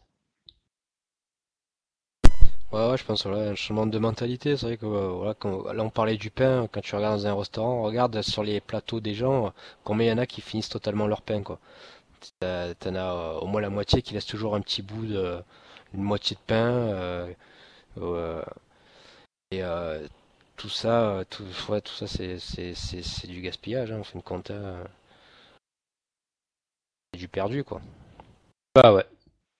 Ouais, ouais, je pense voilà, un changement de mentalité. C'est vrai que euh, voilà, quand, là on parlait du pain, quand tu regardes dans un restaurant, regarde sur les plateaux des gens, euh, combien il y en a qui finissent totalement leur pain, quoi. T'as- T'en as euh, au moins la moitié qui laisse toujours un petit bout de, une moitié de pain, euh, euh, et euh, tout ça, euh, tout, ouais, tout ça c'est c'est c'est c'est du gaspillage, hein, en fin de compte, hein. C'est du perdu, quoi. Bah ouais.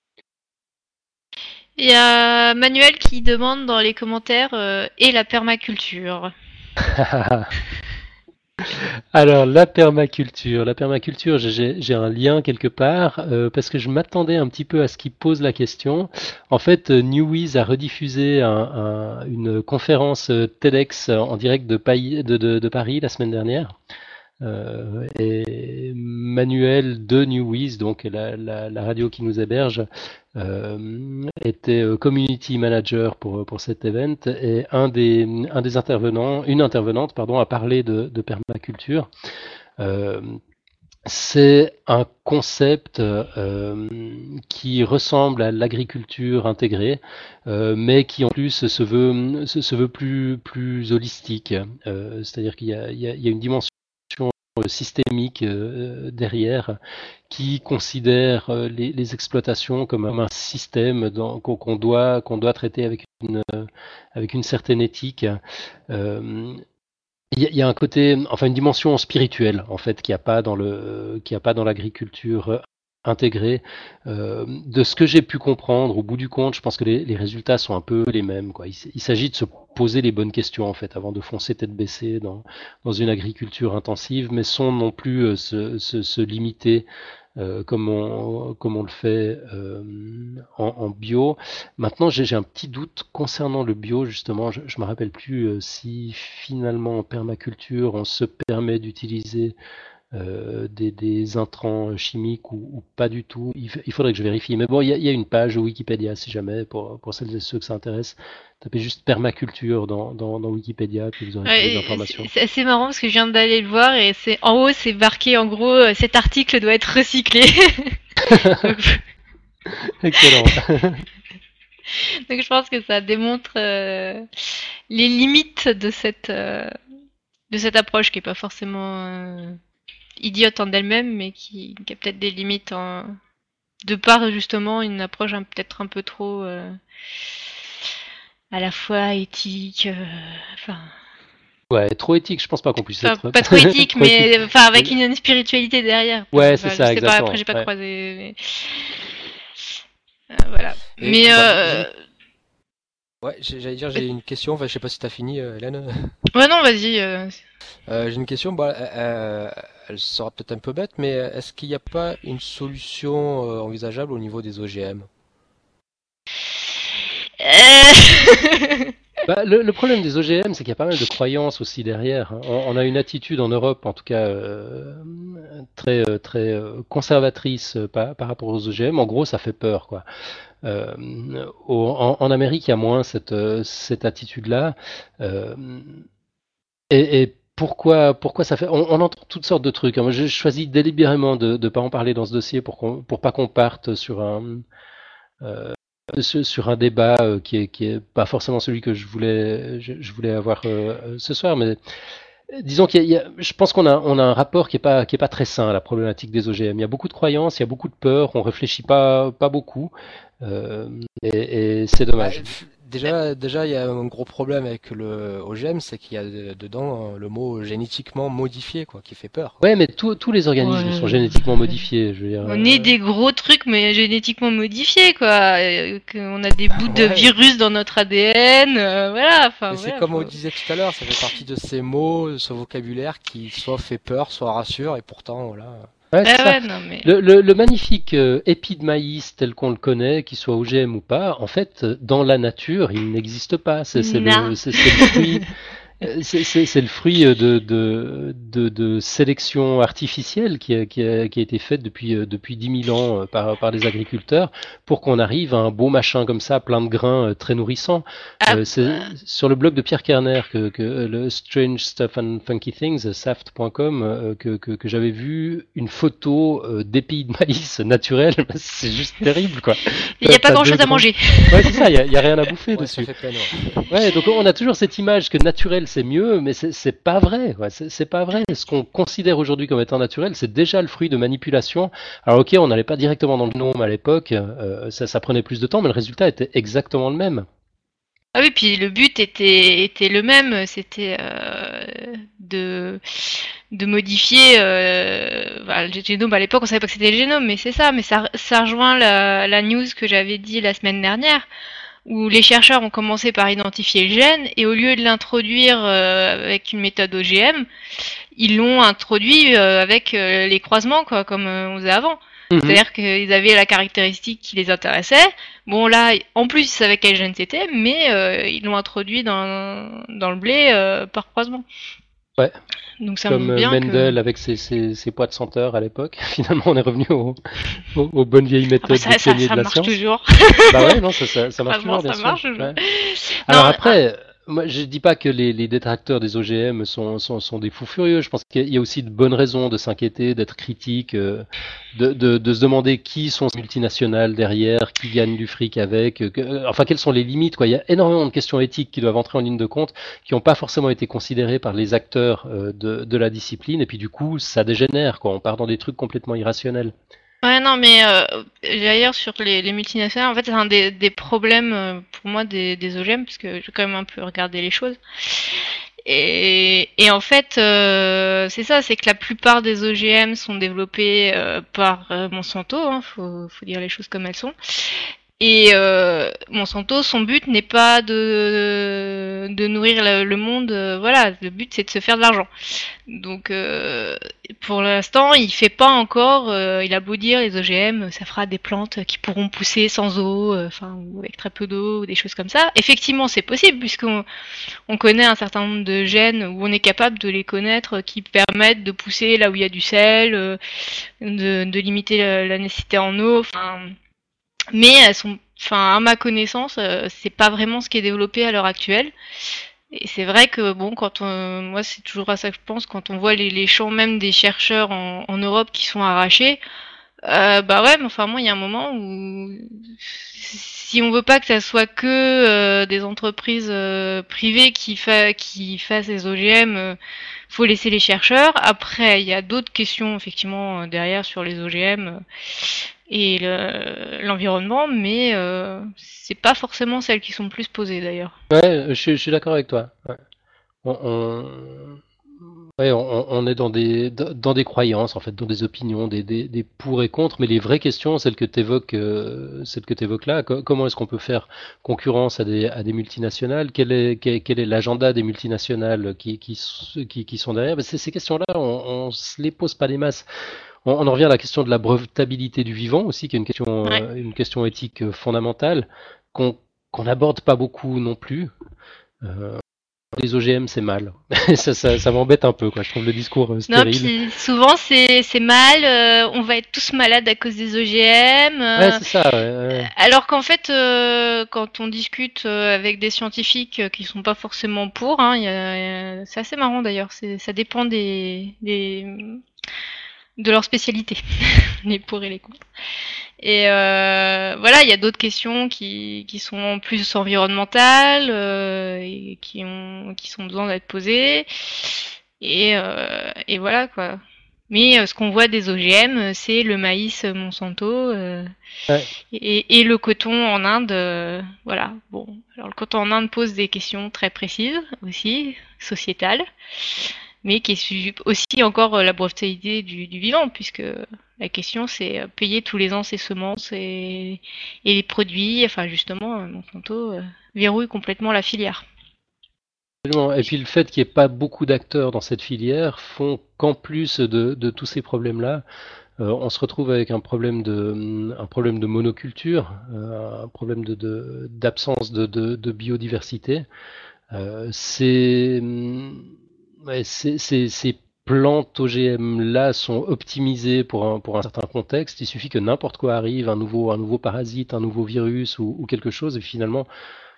Il y a Manuel qui demande dans les commentaires euh, et la permaculture. Alors, la permaculture. La permaculture, j'ai j'ai un lien quelque part euh, parce que je m'attendais un petit peu à ce qu'il pose la question. En fait, euh, Newiz a rediffusé un- un- une conférence euh, TEDx en direct de, Paris- de- de- de Paris la semaine dernière. Euh, et Manuel de Newiz, donc la, la- la radio qui nous héberge, euh, était euh, community manager pour, pour cet event et un des, un des intervenants, une intervenante, pardon, a parlé de, de permaculture. Euh, c'est un concept euh, qui ressemble à l'agriculture intégrée, euh, mais qui en plus se veut, se, se veut plus, plus holistique. Euh, c'est-à-dire qu'il y a, il y a- il y a une dimension systémique euh, derrière qui considère euh, les, les exploitations comme un, un système dans- qu'on qu'on doit, qu'on doit traiter avec une, avec une certaine éthique. Euh, il y, a- il y a un côté, enfin une dimension spirituelle en fait, qu'il n'y a pas dans le, qu'il y a pas dans l'agriculture intégrée. Euh, de ce que j'ai pu comprendre, au bout du compte, je pense que les, les résultats sont un peu les mêmes, quoi. Il, s- il s'agit de se poser les bonnes questions en fait avant de foncer tête baissée dans, dans une agriculture intensive, mais sans non plus euh, se, se, se limiter euh, comme, on, comme on le fait euh, en, en bio. Maintenant, j'ai j'ai un petit doute concernant le bio, justement. Je ne me rappelle plus euh, si finalement en permaculture, on se permet d'utiliser euh, des, des intrants chimiques ou, ou pas du tout. Il, il faudrait que je vérifie. Mais bon, il y, a, il y a une page Wikipédia, si jamais, pour, pour celles et ceux que ça intéresse. Tapez juste permaculture dans, dans, dans Wikipédia, puis vous aurez toutes les Ouais, c'est informations. c'est assez marrant parce que je viens d'aller le voir et c'est en haut c'est marqué en gros euh, cet article doit être recyclé. donc, Excellent. donc je pense que ça démontre euh, les limites de cette euh, de cette approche qui est pas forcément euh, idiote en elle-même mais qui, qui a peut-être des limites en, de par justement une approche un- peut-être un peu trop euh, à la fois éthique, euh, enfin, Ouais, trop éthique, je pense pas qu'on puisse enfin, être pas trop éthique, trop éthique. mais enfin avec Mais- une, une spiritualité derrière. Ouais, c'est Enfin, je ça, sais pas, après exactement. j'ai pas Ouais. croisé, mais euh, voilà. Et Mais bah, j'ai une... euh, ouais, j'ai- j'allais dire, j'ai une question. Enfin, je sais pas si t'as fini, euh, Hélène. ouais non, vas-y. euh, Euh, j'ai une question. Bah, euh, elle sera peut-être un peu bête, mais est-ce qu'il n'y a pas une solution euh, envisageable au niveau des O G M? Euh, Bah, le, le problème des O G M, c'est qu'il y a pas mal de croyances aussi derrière, hein. On, on a une attitude en Europe, en tout cas, euh, très, euh, très euh, conservatrice euh, par, par rapport aux O G M. En gros, ça fait peur, quoi. Euh, au- en, en Amérique, il y a moins cette, euh, cette attitude-là. Euh, et, et pourquoi, pourquoi ça fait... On, on entend toutes sortes de trucs, hein. Moi, j'ai choisi délibérément de ne pas en parler dans ce dossier pour qu'on, pour pas qu'on parte sur un, euh, sur, sur un débat euh, qui est, qui est pas forcément celui que je voulais, je, je voulais avoir euh, euh, ce soir, mais euh, disons qu'il y a, il y a- je pense qu'on a, on a un rapport qui est pas, qui est pas très sain à la problématique des O G M. Il y a beaucoup de croyances, il y a beaucoup de peurs, on réfléchit pas, pas beaucoup, euh, et, et c'est Bah, dommage. f- déjà, déjà, il y a un gros problème avec le O G M, c'est qu'il y a de- dedans euh, le mot génétiquement modifié, quoi, qui fait peur, quoi. Ouais, mais tous tous les organismes sont ouais. génétiquement modifiés. Je veux dire, On est euh, des gros trucs, mais génétiquement modifiés, quoi. Euh, qu'on a des bouts de Ouais, virus dans notre A D N, euh, voilà. Enfin, mais c'est voilà. comme on Faut... disait tout à l'heure, ça fait partie de ces mots, de ce vocabulaire qui soit fait peur, soit rassure, et pourtant, voilà. ouais, c'est Ah ça. ouais, non, mais. Le, le- le magnifique euh, épi de maïs tel qu'on le connaît, qu'il soit O G M ou pas, en fait, dans la nature, il n'existe pas. C'est c'est le, Non. c'est c'est le fruit. Euh, C'est c'est- c'est le fruit euh, de, de, de, de sélection artificielle qui a, qui a, qui a été faite depuis, euh, depuis dix mille ans euh, par, par les agriculteurs pour qu'on arrive à un beau machin comme ça, plein de grains, euh, très nourrissant. Ah, Euh, c'est bah, sur le blog de Pierre Kerner, que, que euh, le Strange Stuff and Funky Things, saft point com, euh, que, que, que j'avais vu une photo euh, d'épis de maïs naturel. C'est juste terrible, quoi. il n'y T'as a pas t'as grand deux chose à grands. manger. Ouais, c'est ça, il n'y a, y a rien à bouffer Ouais, ça dessus. fait peine, ouais. Ouais, donc on a toujours cette image que naturel c'est mieux, mais c'est c'est pas vrai, quoi. C'est c'est pas vrai. Ce qu'on considère aujourd'hui comme étant naturel, c'est déjà le fruit de manipulation. Alors ok, on n'allait pas directement dans le génome à l'époque, euh, ça, ça prenait plus de temps, mais le résultat était exactement le même. Ah oui, puis le but était, était le même, c'était euh, de, de modifier euh, bah, le génome. À l'époque, on savait pas que c'était le génome, mais c'est ça. Mais ça, ça rejoint la, la news que j'avais dit la semaine dernière, où les chercheurs ont commencé par identifier le gène, et au lieu de l'introduire euh, avec une méthode O G M, ils l'ont introduit euh, avec euh, les croisements, quoi, comme euh, on faisait avant. Mhm. C'est-à-dire qu'ils avaient la caractéristique qui les intéressait. Bon, là, en plus, ils savaient quel gène c'était, mais euh, ils l'ont introduit dans, dans le blé euh, par croisement. Ouais, Donc ça comme montre euh, bien que... Mendel avec ses, ses, ses poids de senteur à l'époque. Finalement, on est revenu au- au- aux bonnes vieilles Ah bah méthodes des ça, ça, pionniers de ça la marche science. toujours. Bah ouais, non, ça, ça, ça marche Croisement, toujours, bien ça sûr. marche toujours. Ouais. Non, Alors ah, après, moi je dis pas que les, les détracteurs des O G M sont, sont, sont des fous furieux. Je pense qu'il y a aussi de bonnes raisons de s'inquiéter, d'être critique, euh, de, de, de se demander qui sont ces multinationales derrière, qui gagnent du fric avec, euh, que- euh, enfin quelles sont les limites, quoi. Il y a énormément de questions éthiques qui doivent entrer en ligne de compte, qui n'ont pas forcément été considérées par les acteurs euh, de, de la discipline, et puis du coup ça dégénère, quoi. On part dans des trucs complètement irrationnels. ouais, non, mais euh, d'ailleurs, sur les, les multinationales, en fait, c'est un des, des problèmes euh, pour moi des, des O G M, parce que j'ai quand même un peu regardé les choses. Et, et en fait, euh, c'est ça, c'est que la plupart des O G M sont développés euh, par euh, Monsanto, hein, faut, faut dire les choses comme elles sont. Et euh, Monsanto, son but n'est pas de, de nourrir le, le monde, euh, voilà, le but c'est de se faire de l'argent. Donc euh, pour l'instant, il fait pas encore, euh, il a beau dire les O G M, ça fera des plantes qui pourront pousser sans eau, euh, enfin ou avec très peu d'eau, ou des choses comme ça. Effectivement, c'est possible puisqu'on on connaît un certain nombre de gènes où on est capable de les connaître qui permettent de pousser là où il y a du sel, euh, de, de limiter la, la nécessité en eau, enfin mais elles sont, enfin, à ma connaissance, euh, c'est pas vraiment ce qui est développé à l'heure actuelle. Et c'est vrai que bon, quand on, moi c'est toujours à ça que je pense, quand on voit les, les champs même des chercheurs en, en Europe qui sont arrachés, euh, bah ouais, mais enfin moi il y a un moment où si on veut pas que ça soit que euh, des entreprises euh, privées qui, fa qui fassent les O G M, euh, faut laisser les chercheurs. Après il y a d'autres questions effectivement euh, derrière sur les O G M. euh, et le- l'environnement, mais euh, c'est pas forcément celles qui sont le plus posées d'ailleurs. Ouais, je, suis- je suis d'accord avec toi. Ouais. On, on- Ouais, on, on est dans des, dans des croyances, en fait, dans des opinions, des, des, des pour et contre, mais les vraies questions, celles que tu évoques, celles que tu évoques là, co- comment est-ce qu'on peut faire concurrence à des, à des multinationales? Quel est, quel, quel est l'agenda des multinationales qui, qui, s- qui, qui sont derrière? Ben, ces, ces questions-là, on, on se les pose pas des masses. On, on en revient à la question de la brevetabilité du vivant aussi, qui est une question, Ouais. euh, une question éthique euh, fondamentale, qu'on qu'on n'aborde pas beaucoup non plus. Euh, les O G M, c'est mal. ça, ça, ça m'embête un peu, quoi. Je trouve le discours euh, Non, stérile. puis souvent c'est c'est mal, euh, on va être tous malades à cause des O G M, Ouais, euh, c'est ça. Ouais, ouais. alors qu'en fait, euh, quand on discute euh, avec des scientifiques euh, qui sont pas forcément pour, hein, y a- y a- c'est assez marrant d'ailleurs, c'est, ça dépend des, des, de leur spécialité, les pour et les contre. Et euh, voilà, il y a d'autres questions qui, qui sont plus environnementales euh, et qui ont qui sont besoin d'être posées. Et, euh, et voilà quoi. Mais euh, ce qu'on voit des O G M, c'est le maïs Monsanto euh, Ouais. et, et le coton en Inde. Euh, voilà. Bon, alors le coton en Inde pose des questions très précises aussi, sociétales, mais qui est aussi encore la brevetabilité du, du vivant, puisque la question c'est payer tous les ans ses semences et, et les produits. Enfin justement, Monsanto euh, verrouille complètement la filière. Absolument. Et puis le fait qu'il n'y ait pas beaucoup d'acteurs dans cette filière font qu'en plus de, de tous ces problèmes-là, euh, on se retrouve avec un problème de, un problème de monoculture, euh, un problème de, de- d'absence de, de- de biodiversité. Euh, c'est, ouais, c'est- c'est- ces plantes O G M-là sont optimisées pour un, pour un certain contexte. Il suffit que n'importe quoi arrive, un nouveau, un nouveau parasite, un nouveau virus ou, ou quelque chose, et finalement,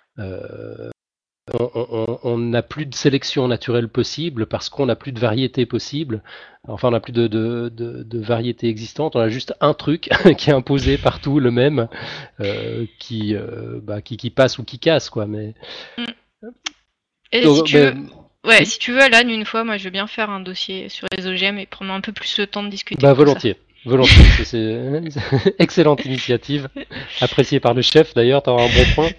euh, on on- on n'a plus de sélection naturelle possible parce qu'on n'a plus de variété possible. Enfin, on n'a plus de, de, de, de variété existante. On a juste un truc qui est imposé partout, le même, euh, qui, euh, bah, qui, qui passe ou qui casse, quoi. Mais Et si donc, tu veux, ben, ouais, oui, si tu veux, Alan, une fois, moi je veux bien faire un dossier sur les O G M et prendre un peu plus le temps de discuter bah de tout ça. volontiers, volontiers. C'est c'est- excellente initiative, appréciée par le chef d'ailleurs. T'as un bon point.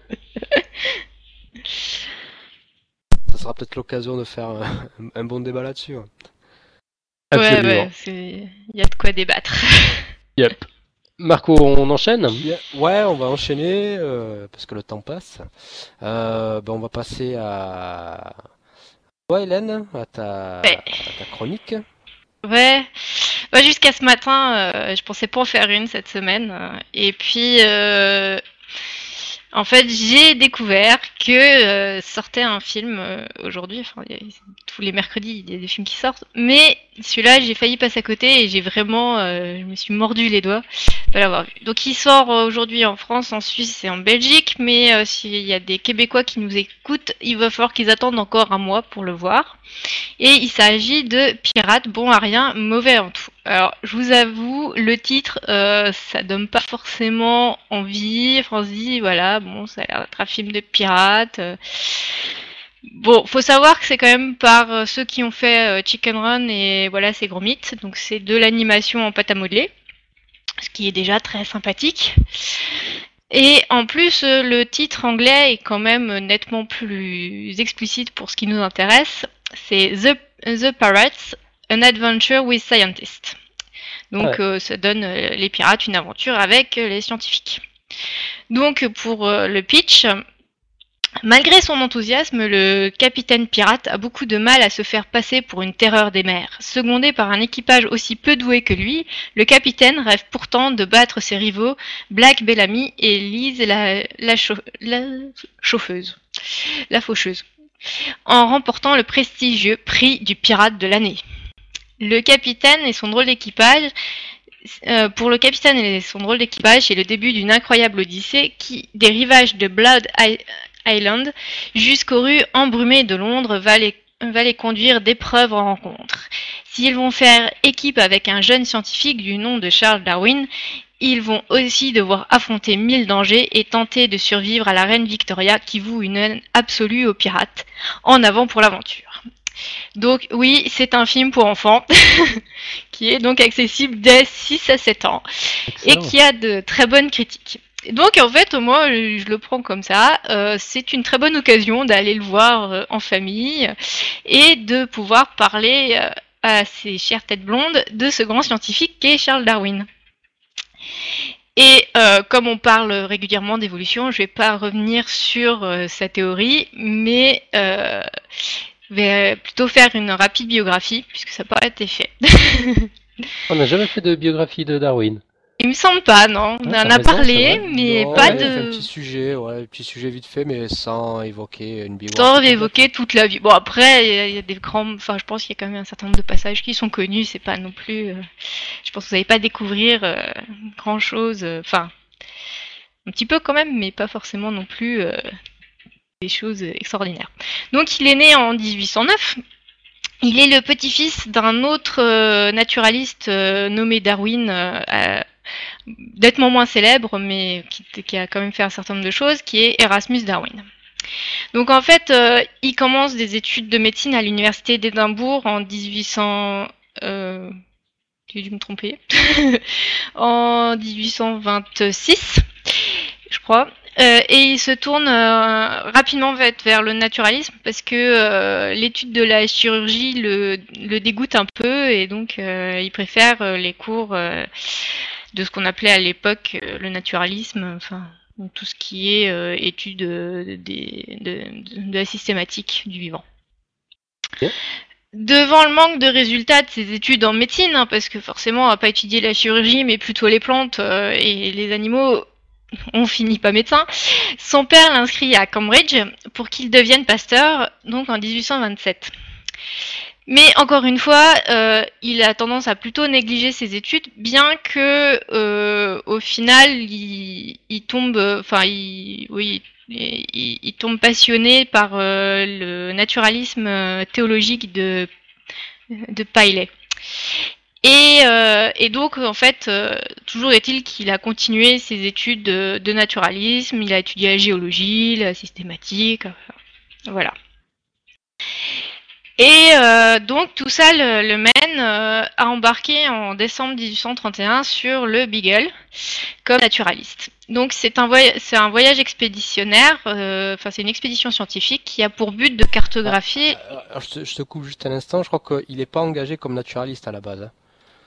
Ça sera peut-être l'occasion de faire un, un bon débat là-dessus. Ouais. Ouais, ouais, Absolument. c'est, il y a de quoi débattre. Yep. Marco, on enchaîne? Bien. Ouais, on va enchaîner euh, parce que le temps passe. Euh, ben, on va passer à toi, Hélène, à ta, Ouais, à ta chronique. ouais. Bah, jusqu'à ce matin, euh, je pensais pas en faire une cette semaine. euh, Et puis, euh, en fait, j'ai découvert que euh, sortait un film euh, aujourd'hui. Enfin, il y a- tous les mercredis, il y a des films qui sortent. Mais celui-là, j'ai failli passer à côté et j'ai vraiment, euh, je me suis mordu les doigts de l'avoir vu. Donc, il sort euh, aujourd'hui en France, en Suisse et en Belgique. Mais euh, s'il y a des Québécois qui nous écoutent, il va falloir qu'ils attendent encore un mois pour le voir. Et il s'agit de Pirates, bon à rien, mauvais en tout. Alors, je vous avoue, le titre, euh, ça donne pas forcément envie. Enfin, on se dit, voilà, bon, ça a l'air d'être un film de pirates. euh. Bon, faut savoir que c'est quand même par euh, ceux qui ont fait euh, Chicken Run et voilà, c'est Gromit. Donc, c'est de l'animation en pâte à modeler, ce qui est déjà très sympathique. Et en plus, euh, le titre anglais est quand même nettement plus explicite pour ce qui nous intéresse. C'est The, The Pirates, An Adventure with Scientists. Donc Ouais. euh, ça donne euh, les pirates une aventure avec euh, les scientifiques. Donc pour euh, le pitch, malgré son enthousiasme, le capitaine pirate a beaucoup de mal à se faire passer pour une terreur des mers. Secondé par un équipage aussi peu doué que lui, le capitaine rêve pourtant de battre ses rivaux Black Bellamy et Lise la, la, chau- la chauffeuse, la faucheuse, en remportant le prestigieux prix du pirate de l'année. Le capitaine et son drôle d'équipage euh, pour le capitaine et son drôle d'équipage, c'est le début d'une incroyable odyssée qui, des rivages de Blood Island jusqu'aux rues embrumées de Londres, va les, va les conduire d'épreuve en rencontre. S'ils vont faire équipe avec un jeune scientifique du nom de Charles Darwin, ils vont aussi devoir affronter mille dangers et tenter de survivre à la reine Victoria qui voue une haine absolue aux pirates. En avant pour l'aventure. Donc oui, c'est un film pour enfants qui est donc accessible dès six à sept ans et Excellent. qui a de très bonnes critiques. Donc en fait, moi, je le prends comme ça. Euh, c'est une très bonne occasion d'aller le voir euh, en famille et de pouvoir parler euh, à ces chères têtes blondes de ce grand scientifique qu'est Charles Darwin. Et euh, comme on parle régulièrement d'évolution, je ne vais pas revenir sur euh, sa théorie, mais euh, je vais plutôt faire une rapide biographie, puisque ça n'a pas été fait. On n'a jamais fait de biographie de Darwin. Il me semble pas, non. On Ah, en t'as a raison, c'est parlé, vrai. mais Non, pas on a fait un de... petit sujet, ouais, un petit sujet vite fait, mais sans évoquer une Sans biographie complète. évoquer toute la vie. Bon, après, il y a- il y a des grands... Enfin, je pense qu'il y a quand même un certain nombre de passages qui sont connus. C'est pas non plus... euh, Je pense que vous n'allez pas découvrir euh, grand-chose. euh, Enfin, un petit peu quand même, mais pas forcément non plus euh, des choses extraordinaires. Donc, il est né en dix-huit cent neuf. Il est le petit-fils d'un autre euh, naturaliste euh, nommé Darwin, euh, euh, nettement moins célèbre, mais qui, qui a quand même fait un certain nombre de choses, qui est Erasmus Darwin. Donc en fait, euh, il commence des études de médecine à l'université d'Édimbourg en dix-huit cents. Euh, j'ai dû me tromper. En dix-huit cent vingt-six, je crois. Euh, et il se tourne euh, rapidement vers le naturalisme parce que euh, l'étude de la chirurgie le, le dégoûte un peu et donc euh, il préfère euh, les cours euh, de ce qu'on appelait à l'époque euh, le naturalisme, enfin tout ce qui est euh, étude de, de, de, de la systématique du vivant. Ok. Devant le manque de résultats de ses études en médecine, hein, parce que forcément on va pas étudier la chirurgie mais plutôt les plantes euh, et les animaux, on finit pas médecin. Son père l'inscrit à Cambridge pour qu'il devienne pasteur, donc en dix-huit cent vingt-sept. Mais encore une fois, euh, il a tendance à plutôt négliger ses études, bien que euh, au final, il, il tombe, enfin, il, oui, il, il tombe passionné par euh, le naturalisme théologique de de Paley. Et, euh, et donc, en fait, euh, toujours est-il qu'il a continué ses études de, de naturalisme, il a étudié la géologie, la systématique, voilà. Et euh, donc, tout ça le, le mène euh, à embarquer en décembre dix-huit cent trente et un sur le Beagle comme naturaliste. Donc, c'est un, voy- c'est un voyage expéditionnaire, enfin, euh, c'est une expédition scientifique qui a pour but de Ah, cartographier. euh, alors, je, te, je te coupe juste un instant, je crois qu'il n'est pas engagé comme naturaliste à la base. Hein.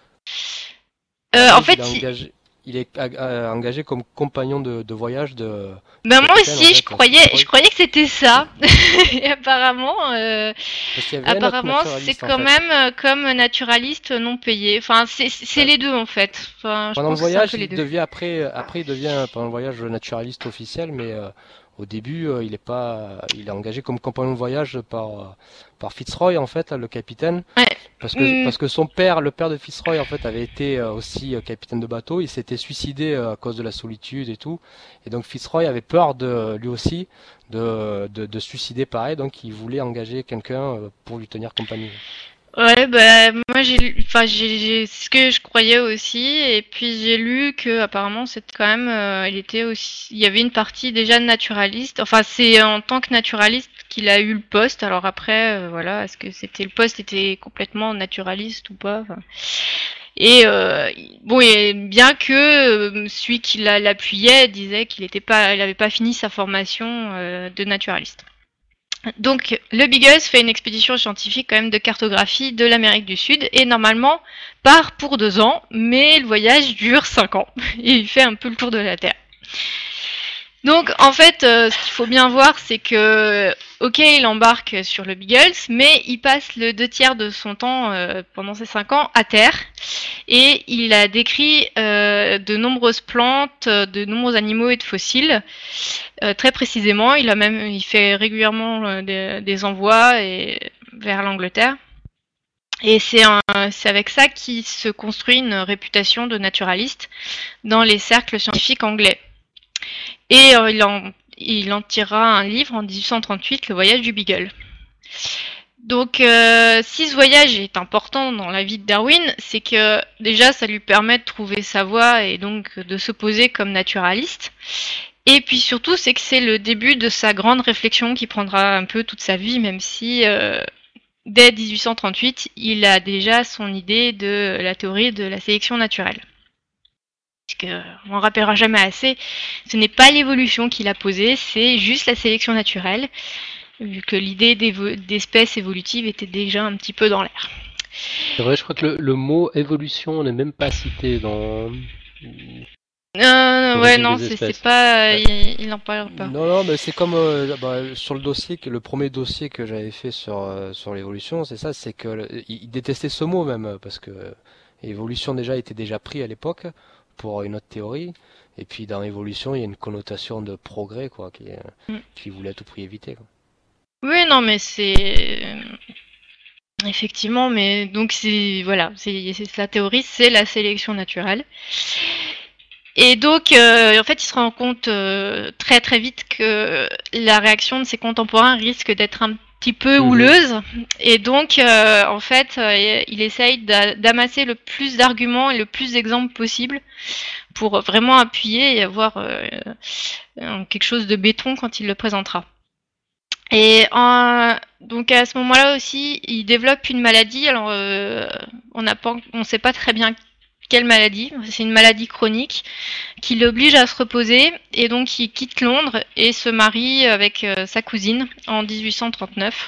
À la Euh, en base, il fait, est il, engagé, il est euh, engagé comme compagnon de, de voyage de, ben du moi capitaine, en aussi, je fait, croyais, je Fitzroy. croyais que c'était ça. Et apparemment, euh, Parce qu'il y avait un autre apparemment, c'est naturaliste, en quand fait. même euh, comme naturaliste non payé. Enfin, c'est c'est Ouais. les deux en fait. Enfin, je Pendant le pense que c'est un voyage, peu les il deux. devient après, après il devient pendant le voyage naturaliste officiel, mais euh, au début, euh, il est pas, il est engagé comme compagnon de voyage par euh, par Fitzroy en fait, le capitaine, Ouais. parce que Hmm. parce que son père, le père de Fitzroy en fait, avait été euh, aussi euh, capitaine de bateau. Il s'était suicidé euh, à cause de la solitude et tout, et donc Fitzroy avait peur de lui aussi de de, de se suicider pareil, donc il voulait engager quelqu'un euh, pour lui tenir compagnie. Ouais, bah moi j'ai, lu- enfin j'ai, j'ai- c'est ce que je croyais aussi, et puis j'ai lu que apparemment c'était quand même, euh, il était aussi, il y avait une partie déjà naturaliste. Enfin, c'est en tant que naturaliste qu'il a eu le poste. Alors après, euh, voilà, est-ce que c'était le poste était complètement naturaliste ou pas? Enfin, et euh, bon, et bien que euh, celui qui l'a- l'appuyait disait qu'il était pas, il avait pas fini sa formation euh, de naturaliste. Donc, le Beagle fait une expédition scientifique quand même de cartographie de l'Amérique du Sud et normalement part pour deux ans, mais le voyage dure cinq ans et il fait un peu le tour de la Terre. Donc, en fait, euh, ce qu'il faut bien voir, c'est que, ok, il embarque sur le Beagle, mais il passe le deux tiers de son temps euh, pendant ces cinq ans à terre et il a décrit euh, de nombreuses plantes, de nombreux animaux et de fossiles. Euh, très précisément, il a même, il fait régulièrement euh, des, des envois et, vers l'Angleterre. Et c'est c'est avec ça qu'il se construit une réputation de naturaliste dans les cercles scientifiques anglais. Et euh, il, en, il en tirera un livre en dix-huit cent trente-huit, Le voyage du Beagle. Donc, euh, si ce voyage est important dans la vie de Darwin, c'est que déjà, ça lui permet de trouver sa voie et donc de se poser comme naturaliste. Et puis surtout, c'est que c'est le début de sa grande réflexion qui prendra un peu toute sa vie, même si euh, dès dix-huit cent trente-huit, il a déjà son idée de la théorie de la sélection naturelle. on n'en rappellera jamais assez, ce n'est pas l'évolution qu'il a posée, c'est juste la sélection naturelle, vu que l'idée d'espèces évolutives était déjà un petit peu dans l'air. C'est vrai, je crois que le, le mot évolution n'est même pas cité dans... Euh, ouais, non, c'est pas, ouais. il, il en parle pas. Non, non, mais c'est comme euh, bah, sur le dossier, que le premier dossier que j'avais fait sur euh, sur l'évolution, c'est ça, c'est que le, il détestait ce mot même parce que évolution déjà était déjà pris à l'époque pour une autre théorie, et puis dans évolution il y a une connotation de progrès quoi, qui mm. qui voulait à tout prix éviter. Quoi. Oui, non, mais c'est effectivement, mais donc c'est voilà, c'est la théorie, c'est la sélection naturelle. Et donc, euh, en fait, il se rend compte euh, très très vite que la réaction de ses contemporains risque d'être un petit peu mmh. houleuse. Et donc, euh, en fait, euh, il essaye d'amasser le plus d'arguments et le plus d'exemples possible pour vraiment appuyer et avoir euh, quelque chose de béton quand il le présentera. Et en, donc à ce moment-là aussi, il développe une maladie. Alors, euh, on n'a pas, on sait pas très bien quelle maladie. C'est une maladie chronique qui l'oblige à se reposer et donc il quitte Londres et se marie avec euh, sa cousine en dix-huit cent trente-neuf.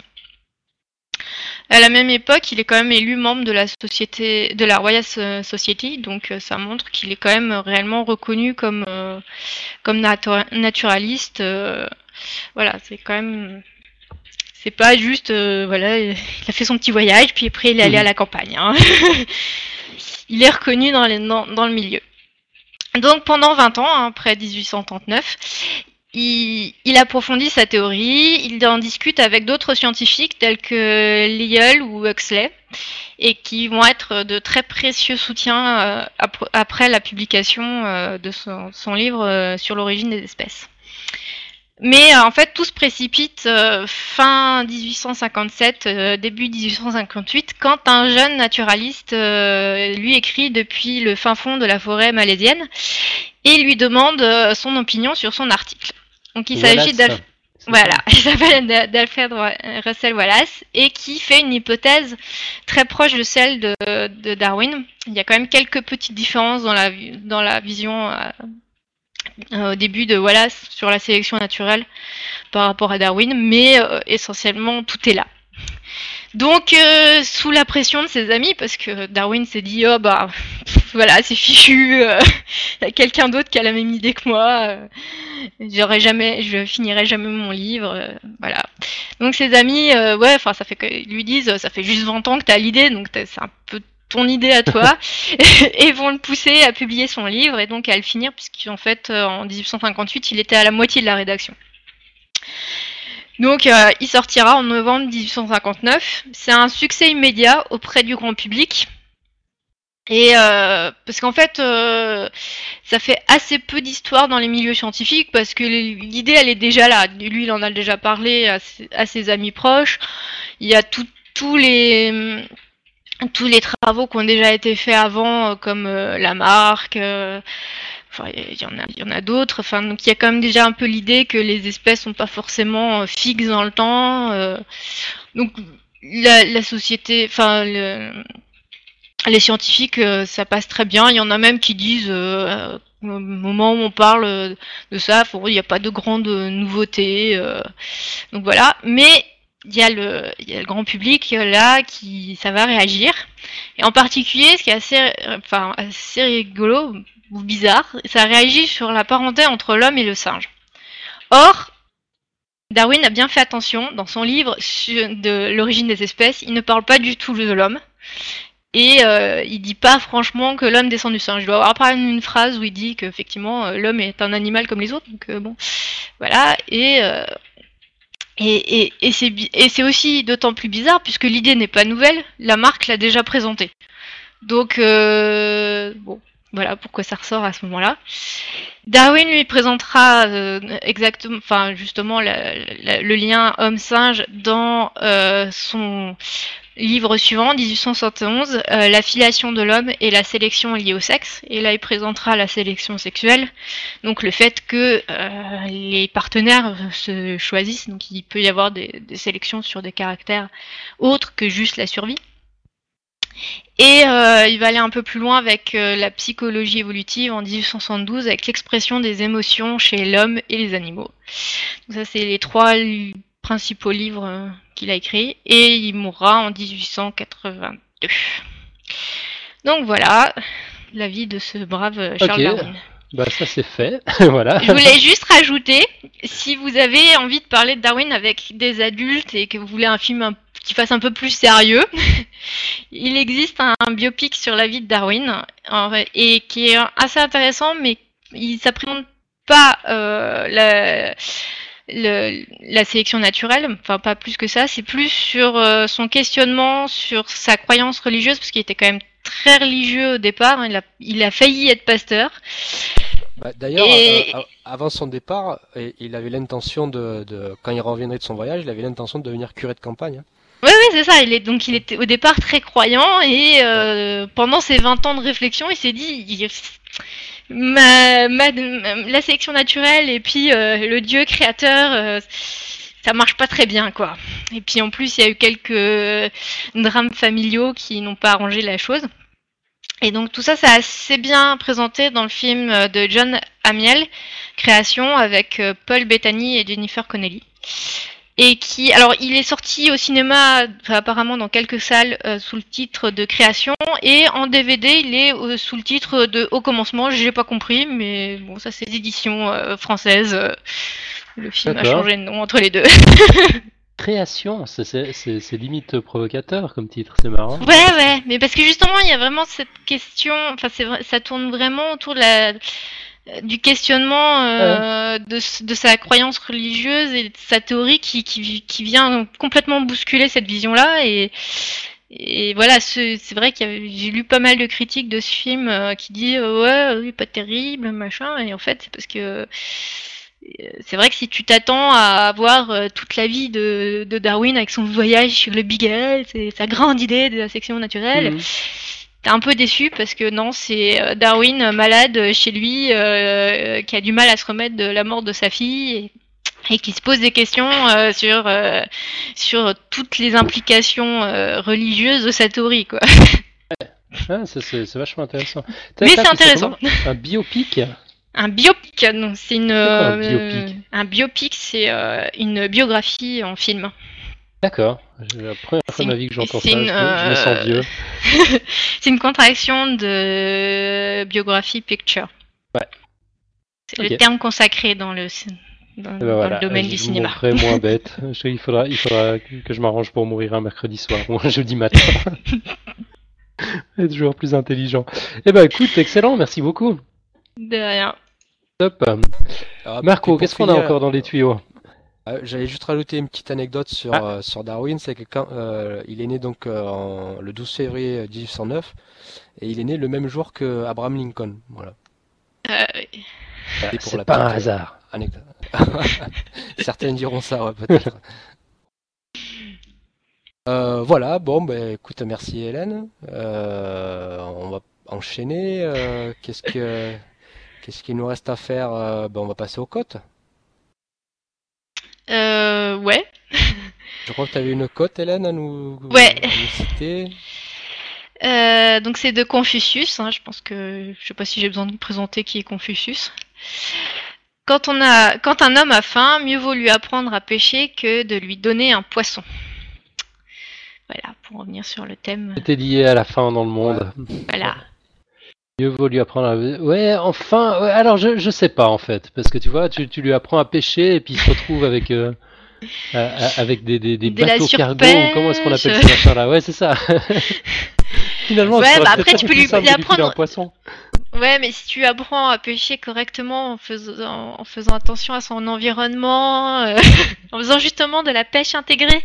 À la même époque, il est quand même élu membre de la société, de la Royal Society, donc euh, ça montre qu'il est quand même réellement reconnu comme euh, comme natu- naturaliste. Euh, voilà, c'est quand même. C'est pas juste, euh, voilà, il a fait son petit voyage, puis après il est allé mmh. à la campagne. Hein. Il est reconnu dans, les, dans, dans le milieu. Donc pendant vingt ans, hein, après dix-huit cent trente-neuf, il, il approfondit sa théorie, il en discute avec d'autres scientifiques tels que Lyell ou Huxley, et qui vont être de très précieux soutiens euh, après la publication euh, de son, son livre euh, sur l'origine des espèces. Mais euh, en fait, tout se précipite euh, fin dix-huit cent cinquante-sept, euh, début dix-huit cent cinquante-huit, quand un jeune naturaliste euh, lui écrit depuis le fin fond de la forêt malaisienne et lui demande euh, son opinion sur son article. Donc il s'agit d'Alfred, voilà, il s'appelle d'Alfred Russel Wallace et qui fait une hypothèse très proche de celle de, de Darwin. Il y a quand même quelques petites différences dans la dans la vision. Euh, Euh, au début de Wallace sur la sélection naturelle par rapport à Darwin, mais euh, essentiellement tout est là. Donc euh, sous la pression de ses amis, parce que Darwin s'est dit oh bah pff, voilà c'est fichu, il euh, y a quelqu'un d'autre qui a la même idée que moi, euh, j'aurais jamais, je finirai jamais mon livre, euh, voilà. Donc ses amis, euh, ouais, enfin ça fait que lui disent ça fait juste vingt ans que t'as l'idée, donc c'est un peu ton idée à toi, et vont le pousser à publier son livre et donc à le finir, puisqu'en fait, en dix-huit cent cinquante-huit, il était à la moitié de la rédaction. Donc, euh, il sortira en novembre dix-huit cent cinquante-neuf. C'est un succès immédiat auprès du grand public. Et euh, parce qu'en fait, euh, ça fait assez peu d'histoire dans les milieux scientifiques, parce que l'idée, elle est déjà là. Lui, il en a déjà parlé à ses, à ses amis proches. Il y a tous les... tous les travaux qui ont déjà été faits avant, comme euh, Lamarck, euh, enfin il y en a, il y en a d'autres. Enfin donc il y a quand même déjà un peu l'idée que les espèces sont pas forcément euh, fixes dans le temps. Euh, donc la, la société, enfin le, les scientifiques, euh, ça passe très bien. Il y en a même qui disent euh, au moment où on parle de ça, il n'y a pas de grandes nouveautés. Euh, donc voilà, mais il y a le, il y a le grand public là qui, ça va réagir. Et en particulier, ce qui est assez, enfin, assez rigolo ou bizarre, ça réagit sur la parenté entre l'homme et le singe. Or, Darwin a bien fait attention dans son livre sur, de l'origine des espèces, il ne parle pas du tout de l'homme. Et euh, il dit pas franchement que l'homme descend du singe. Il doit avoir pas une phrase où il dit qu'effectivement l'homme est un animal comme les autres. Donc euh, bon, voilà. Et euh, Et, et, et c'est aussi d'autant plus bizarre puisque l'idée n'est pas nouvelle, Lamarck l'a déjà présentée. Donc, euh, bon, voilà pourquoi ça ressort à ce moment-là. Darwin lui présentera euh, exactement, enfin justement la, la, le lien homme-singe dans euh, son livre suivant, dix-huit cent soixante et onze, euh, la filiation de l'homme et la sélection liée au sexe. Et là, il présentera la sélection sexuelle, donc le fait que euh, les partenaires se choisissent, donc il peut y avoir des, des sélections sur des caractères autres que juste la survie. Et euh, il va aller un peu plus loin avec euh, la psychologie évolutive en dix-huit cent soixante-douze, avec l'expression des émotions chez l'homme et les animaux. Donc ça, c'est les trois li- principaux livres euh, qu'il a écrits. Et il mourra en dix-huit cent quatre-vingt-deux. Donc voilà, la vie de ce brave euh, Charles Ok, Darwin. bah ça c'est fait, voilà. Je voulais juste rajouter, si vous avez envie de parler de Darwin avec des adultes et que vous voulez un film un- qui fasse un peu plus sérieux, il existe un, un biopic sur la vie de Darwin en vrai, et qui est assez intéressant, mais il s'appréhende pas euh, la, le- la sélection naturelle, enfin pas plus que ça, c'est plus sur euh, son questionnement, sur sa croyance religieuse, parce qu'il était quand même très religieux au départ, il a, il a failli être pasteur. Bah, d'ailleurs, Et- euh, a- avant son départ, et- il avait l'intention de, de, quand il reviendrait de son voyage, il avait l'intention de devenir curé de campagne, hein. Oui, oui, c'est ça. Il est, donc, il était au départ très croyant et euh, pendant ses vingt ans de réflexion, il s'est dit il- ma, ma- la sélection naturelle et puis euh, le Dieu créateur, euh, ça marche pas très bien, quoi. Et puis en plus, il y a eu quelques drames familiaux qui n'ont pas arrangé la chose. Et donc tout ça, c'est assez bien présenté dans le film de John Amiel, Création, avec euh, Paul Bettany et Jennifer Connelly. Et qui, alors, il est sorti au cinéma, enfin, apparemment dans quelques salles, euh, sous le titre de Création, et en D V D, il est euh, sous le titre de Au commencement. J'ai pas compris, mais bon, ça c'est des éditions euh, françaises. euh, le film a D'accord. changé de nom entre les deux. Création, c'est- c'est c'est- c'est limite provocateur comme titre, c'est marrant. Ouais, ouais, mais parce que justement, il y a vraiment cette question, enfin, c'est vrai, ça tourne vraiment autour de la, du questionnement euh, de, s- de sa croyance religieuse et de sa théorie qui, qui, qui vient complètement bousculer cette vision-là. Et, et voilà, ce- c'est vrai que j'ai lu pas mal de critiques de ce film euh, qui dit euh, ouais, oui, pas terrible, machin. Et en fait, c'est parce que euh, c'est vrai que si tu t'attends à avoir euh, toute la vie de, de Darwin avec son voyage sur le Beagle, c'est sa grande idée de la sélection naturelle. Mhm. T'es un peu déçu parce que non, c'est euh, Darwin euh, malade euh, chez lui, euh, qui a du mal à se remettre de la mort de sa fille et, et qui se pose des questions euh, sur, euh, sur toutes les implications euh, religieuses de sa théorie, quoi. Ah, ça, c'est c'est vachement intéressant. Mais T'as- c'est t'as appelé ça intéressant. comment Un biopic? Un biopic, donc c'est une. C'est quoi un euh, biopic? un biopic, c'est euh, une biographie en film. D'accord, c'est la première fois de ma vie que j'entends ça, c'est je, une, me- je me sens euh, vieux. c'est une contraction de biographie picture. Ouais. C'est Ok. le terme consacré dans le, dans, Eh ben dans voilà, le domaine je du vous cinéma. montrerai moins bête. Je- il faudra, il faudra que je m'arrange pour mourir un mercredi soir ou un jeudi matin. Être toujours plus intelligent. Eh ben écoute, excellent, merci beaucoup. De rien. Top. Alors, puis Marco, pour qu'est-ce qu'on a finir, encore dans les tuyaux? euh, j'allais juste rajouter une petite anecdote sur, Ah. euh, sur Darwin, c'est que quand euh, il est né donc euh, en, le douze février mille huit cent neuf, et il est né le même jour que Abraham Lincoln. Voilà. Euh, Et pour C'est la pas un petite, euh, hasard. anecdote. Certains diront ça, ouais, peut-être. Euh, voilà, bon, ben écoute, merci Hélène. Euh, on va enchaîner. euh, qu'est-ce que qu'est-ce qu'il nous reste à faire? Euh, ben, on va passer aux cotes. euh, ouais. Je crois que tu avais une cote, Hélène, à nous, Ouais. à nous citer. Euh, donc c'est de Confucius. Hein, je pense que je sais pas si j'ai besoin de vous présenter qui est Confucius. Quand on a, quand un homme a faim, mieux vaut lui apprendre à pêcher que de lui donner un poisson. Voilà, pour revenir sur le thème. C'était lié à la fin dans le monde. Voilà. Mieux vaut lui apprendre à... Ouais, enfin, ouais, alors je, je sais pas en fait, parce que tu vois, tu, tu lui apprends à pêcher et puis il se retrouve avec, euh, à- à- avec des, des, des De la bateaux cargo, surpêche. ou comment est-ce qu'on appelle ces machins-là? Ouais, c'est ça. Finalement, Ouais, ça serait bah peut-être après, tu beaucoup peux plus lui- simple lui de lui filer apprendre- un poisson. Ouais, mais si tu apprends à pêcher correctement en faisant, en faisant attention à son environnement, euh, en faisant justement de la pêche intégrée.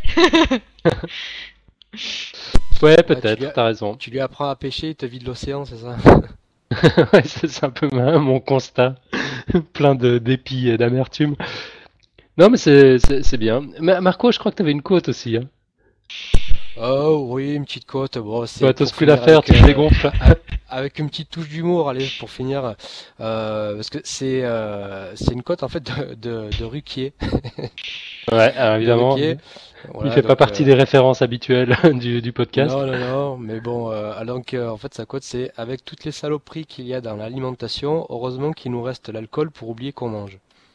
Ouais, tu peut-être, lui as- t'as raison. Tu lui apprends à pêcher, il te vide l'océan, c'est ça? Ouais, c'est c'est un peu ma- mon constat, plein de d'épis et d'amertume. Non, mais c'est c'est- c'est bien. Ma- Marco, je crois que t'avais une côte aussi. Hein. Oh oui, une petite côte. Bon, Tu c'est vas pour t'oses plus la finir faire, avec, tu te euh, dégonfles. a- avec une petite touche d'humour. Allez, pour finir, euh, parce que c'est euh, c'est une côte en fait de de, de Ruquier, Ouais, alors de évidemment, Ruquier. il Voilà, fait pas donc partie euh, des références habituelles du, du podcast. non, non, non. Mais bon, euh, ah, donc euh, en fait, sa côte, c'est avec toutes les saloperies qu'il y a dans l'alimentation. Heureusement qu'il nous reste l'alcool pour oublier qu'on mange.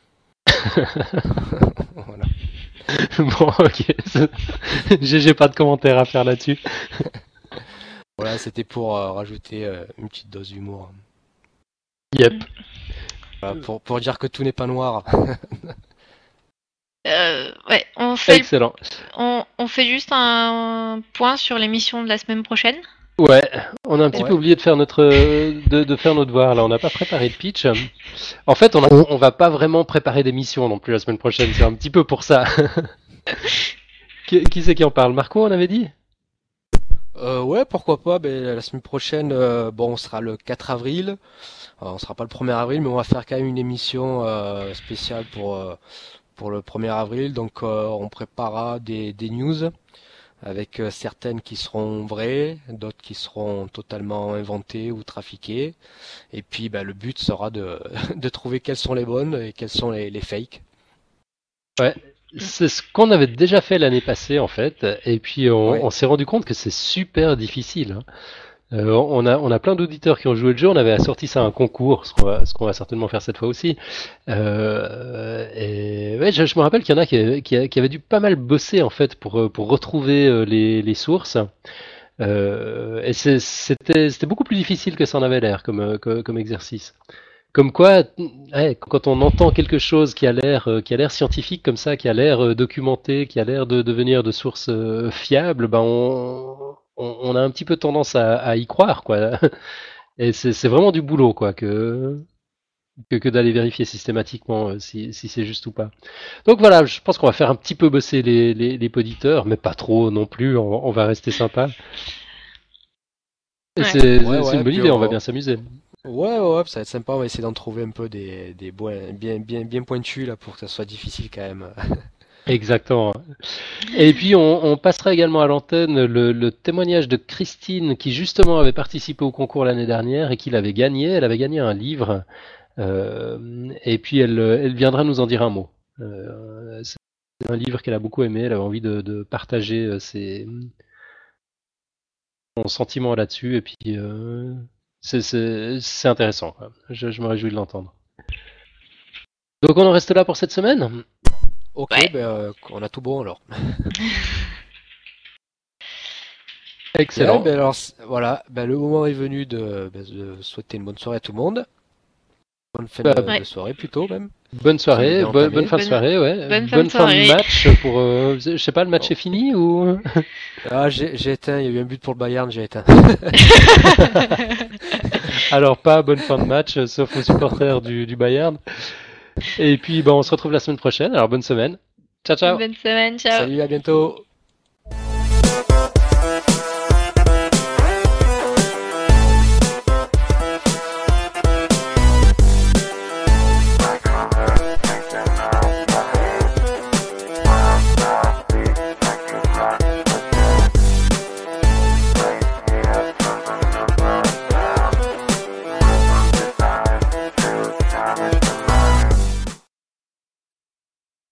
Voilà. Bon, ok. J'ai j'ai pas de commentaire à faire là-dessus. Voilà, c'était pour euh, rajouter euh, une petite dose d'humour. Yep. Voilà, pour pour dire que tout n'est pas noir. Euh, ouais, on fait, le- Excellent. on, on fait juste un point sur l'émission de la semaine prochaine. Ouais, on a un petit peu Ouais. oublié de faire notre de, de faire nos devoirs là. On n'a pas préparé de pitch. En fait, on a, on va pas vraiment préparer d'émission non plus la semaine prochaine. C'est un petit peu pour ça. Qui, qui c'est qui en parle? Marco, on avait dit? Euh, ouais, pourquoi pas. Ben, la semaine prochaine, euh, bon, on sera le quatre avril. Euh, on sera pas le premier avril, mais on va faire quand même une émission euh, spéciale pour euh, pour le premier avril. Donc, euh, on préparera des des news avec euh, certaines qui seront vraies, d'autres qui seront totalement inventées ou trafiquées. Et puis, ben, le but sera de de trouver quelles sont les bonnes et quelles sont les les fakes. Ouais. C'est ce qu'on avait déjà fait l'année passée en fait, et puis on, Ouais. on s'est rendu compte que c'est super difficile, hein. Euh, on a, on a plein d'auditeurs qui ont joué le jeu. On avait assorti ça à un concours, ce qu'on va, ce qu'on va certainement faire cette fois aussi. Euh, et ouais, je, je me rappelle qu'il y en a qui, qui, qui avaient dû pas mal bosser en fait pour, euh, pour retrouver euh, les, les sources. Euh, et c'est- c'était, c'était beaucoup plus difficile que ça en avait l'air comme, euh, comme, comme exercice. Comme quoi, ouais, quand on entend quelque chose qui a l'air, euh, qui a l'air scientifique comme ça, qui a l'air euh, documenté, qui a l'air de devenir de sources euh, fiables, ben on, on, on a un petit peu tendance à, à y croire, quoi. Et c'est c'est vraiment du boulot, quoi, que que, que d'aller vérifier systématiquement euh, si, si c'est juste ou pas. Donc voilà, je pense qu'on va faire un petit peu bosser les, les, les poditeurs, mais pas trop non plus. On, on va rester sympa. Et Ouais. Ouais, c'est c'est une ouais. bonne Puis idée. On va on, bien s'amuser. ouais, ouais, ouais, ça va être sympa. On va essayer d'en trouver un peu des, des points bien, bien, bien pointus là pour que ça soit difficile quand même. Exactement. Et puis on, on passera également à l'antenne le, le témoignage de Christine qui justement avait participé au concours l'année dernière et qui l'avait gagné. Elle avait gagné un livre euh, et puis elle, elle viendra nous en dire un mot. Euh, c'est un livre qu'elle a beaucoup aimé. Elle avait envie de, de partager euh, ses son sentiment là-dessus et puis euh, c'est c'est- c'est intéressant, quoi. Je, je me réjouis de l'entendre. Donc on en reste là pour cette semaine. Ok, Ouais. ben euh, on a tout bon alors. Bien, Excellent. ben alors c- voilà, ben le moment est venu de, ben, de souhaiter une bonne soirée à tout le monde, bonne fin Bah, de, Ouais. de soirée plutôt même, bonne qui est soirée, bien bo- bonne entamée. fin de Bonne, soirée, ouais. bonne fin de Bonne fin de soirée. match pour. Euh, je sais pas, le match Bon. est fini ou. Ah, j'ai j'ai éteint, il y a eu un but pour le Bayern, j'ai éteint. Alors pas bonne fin de match, euh, sauf aux supporters du, du Bayern. Et puis bon, on se retrouve la semaine prochaine. Alors bonne semaine. Ciao ciao. Bonne semaine, ciao. Salut, à bientôt.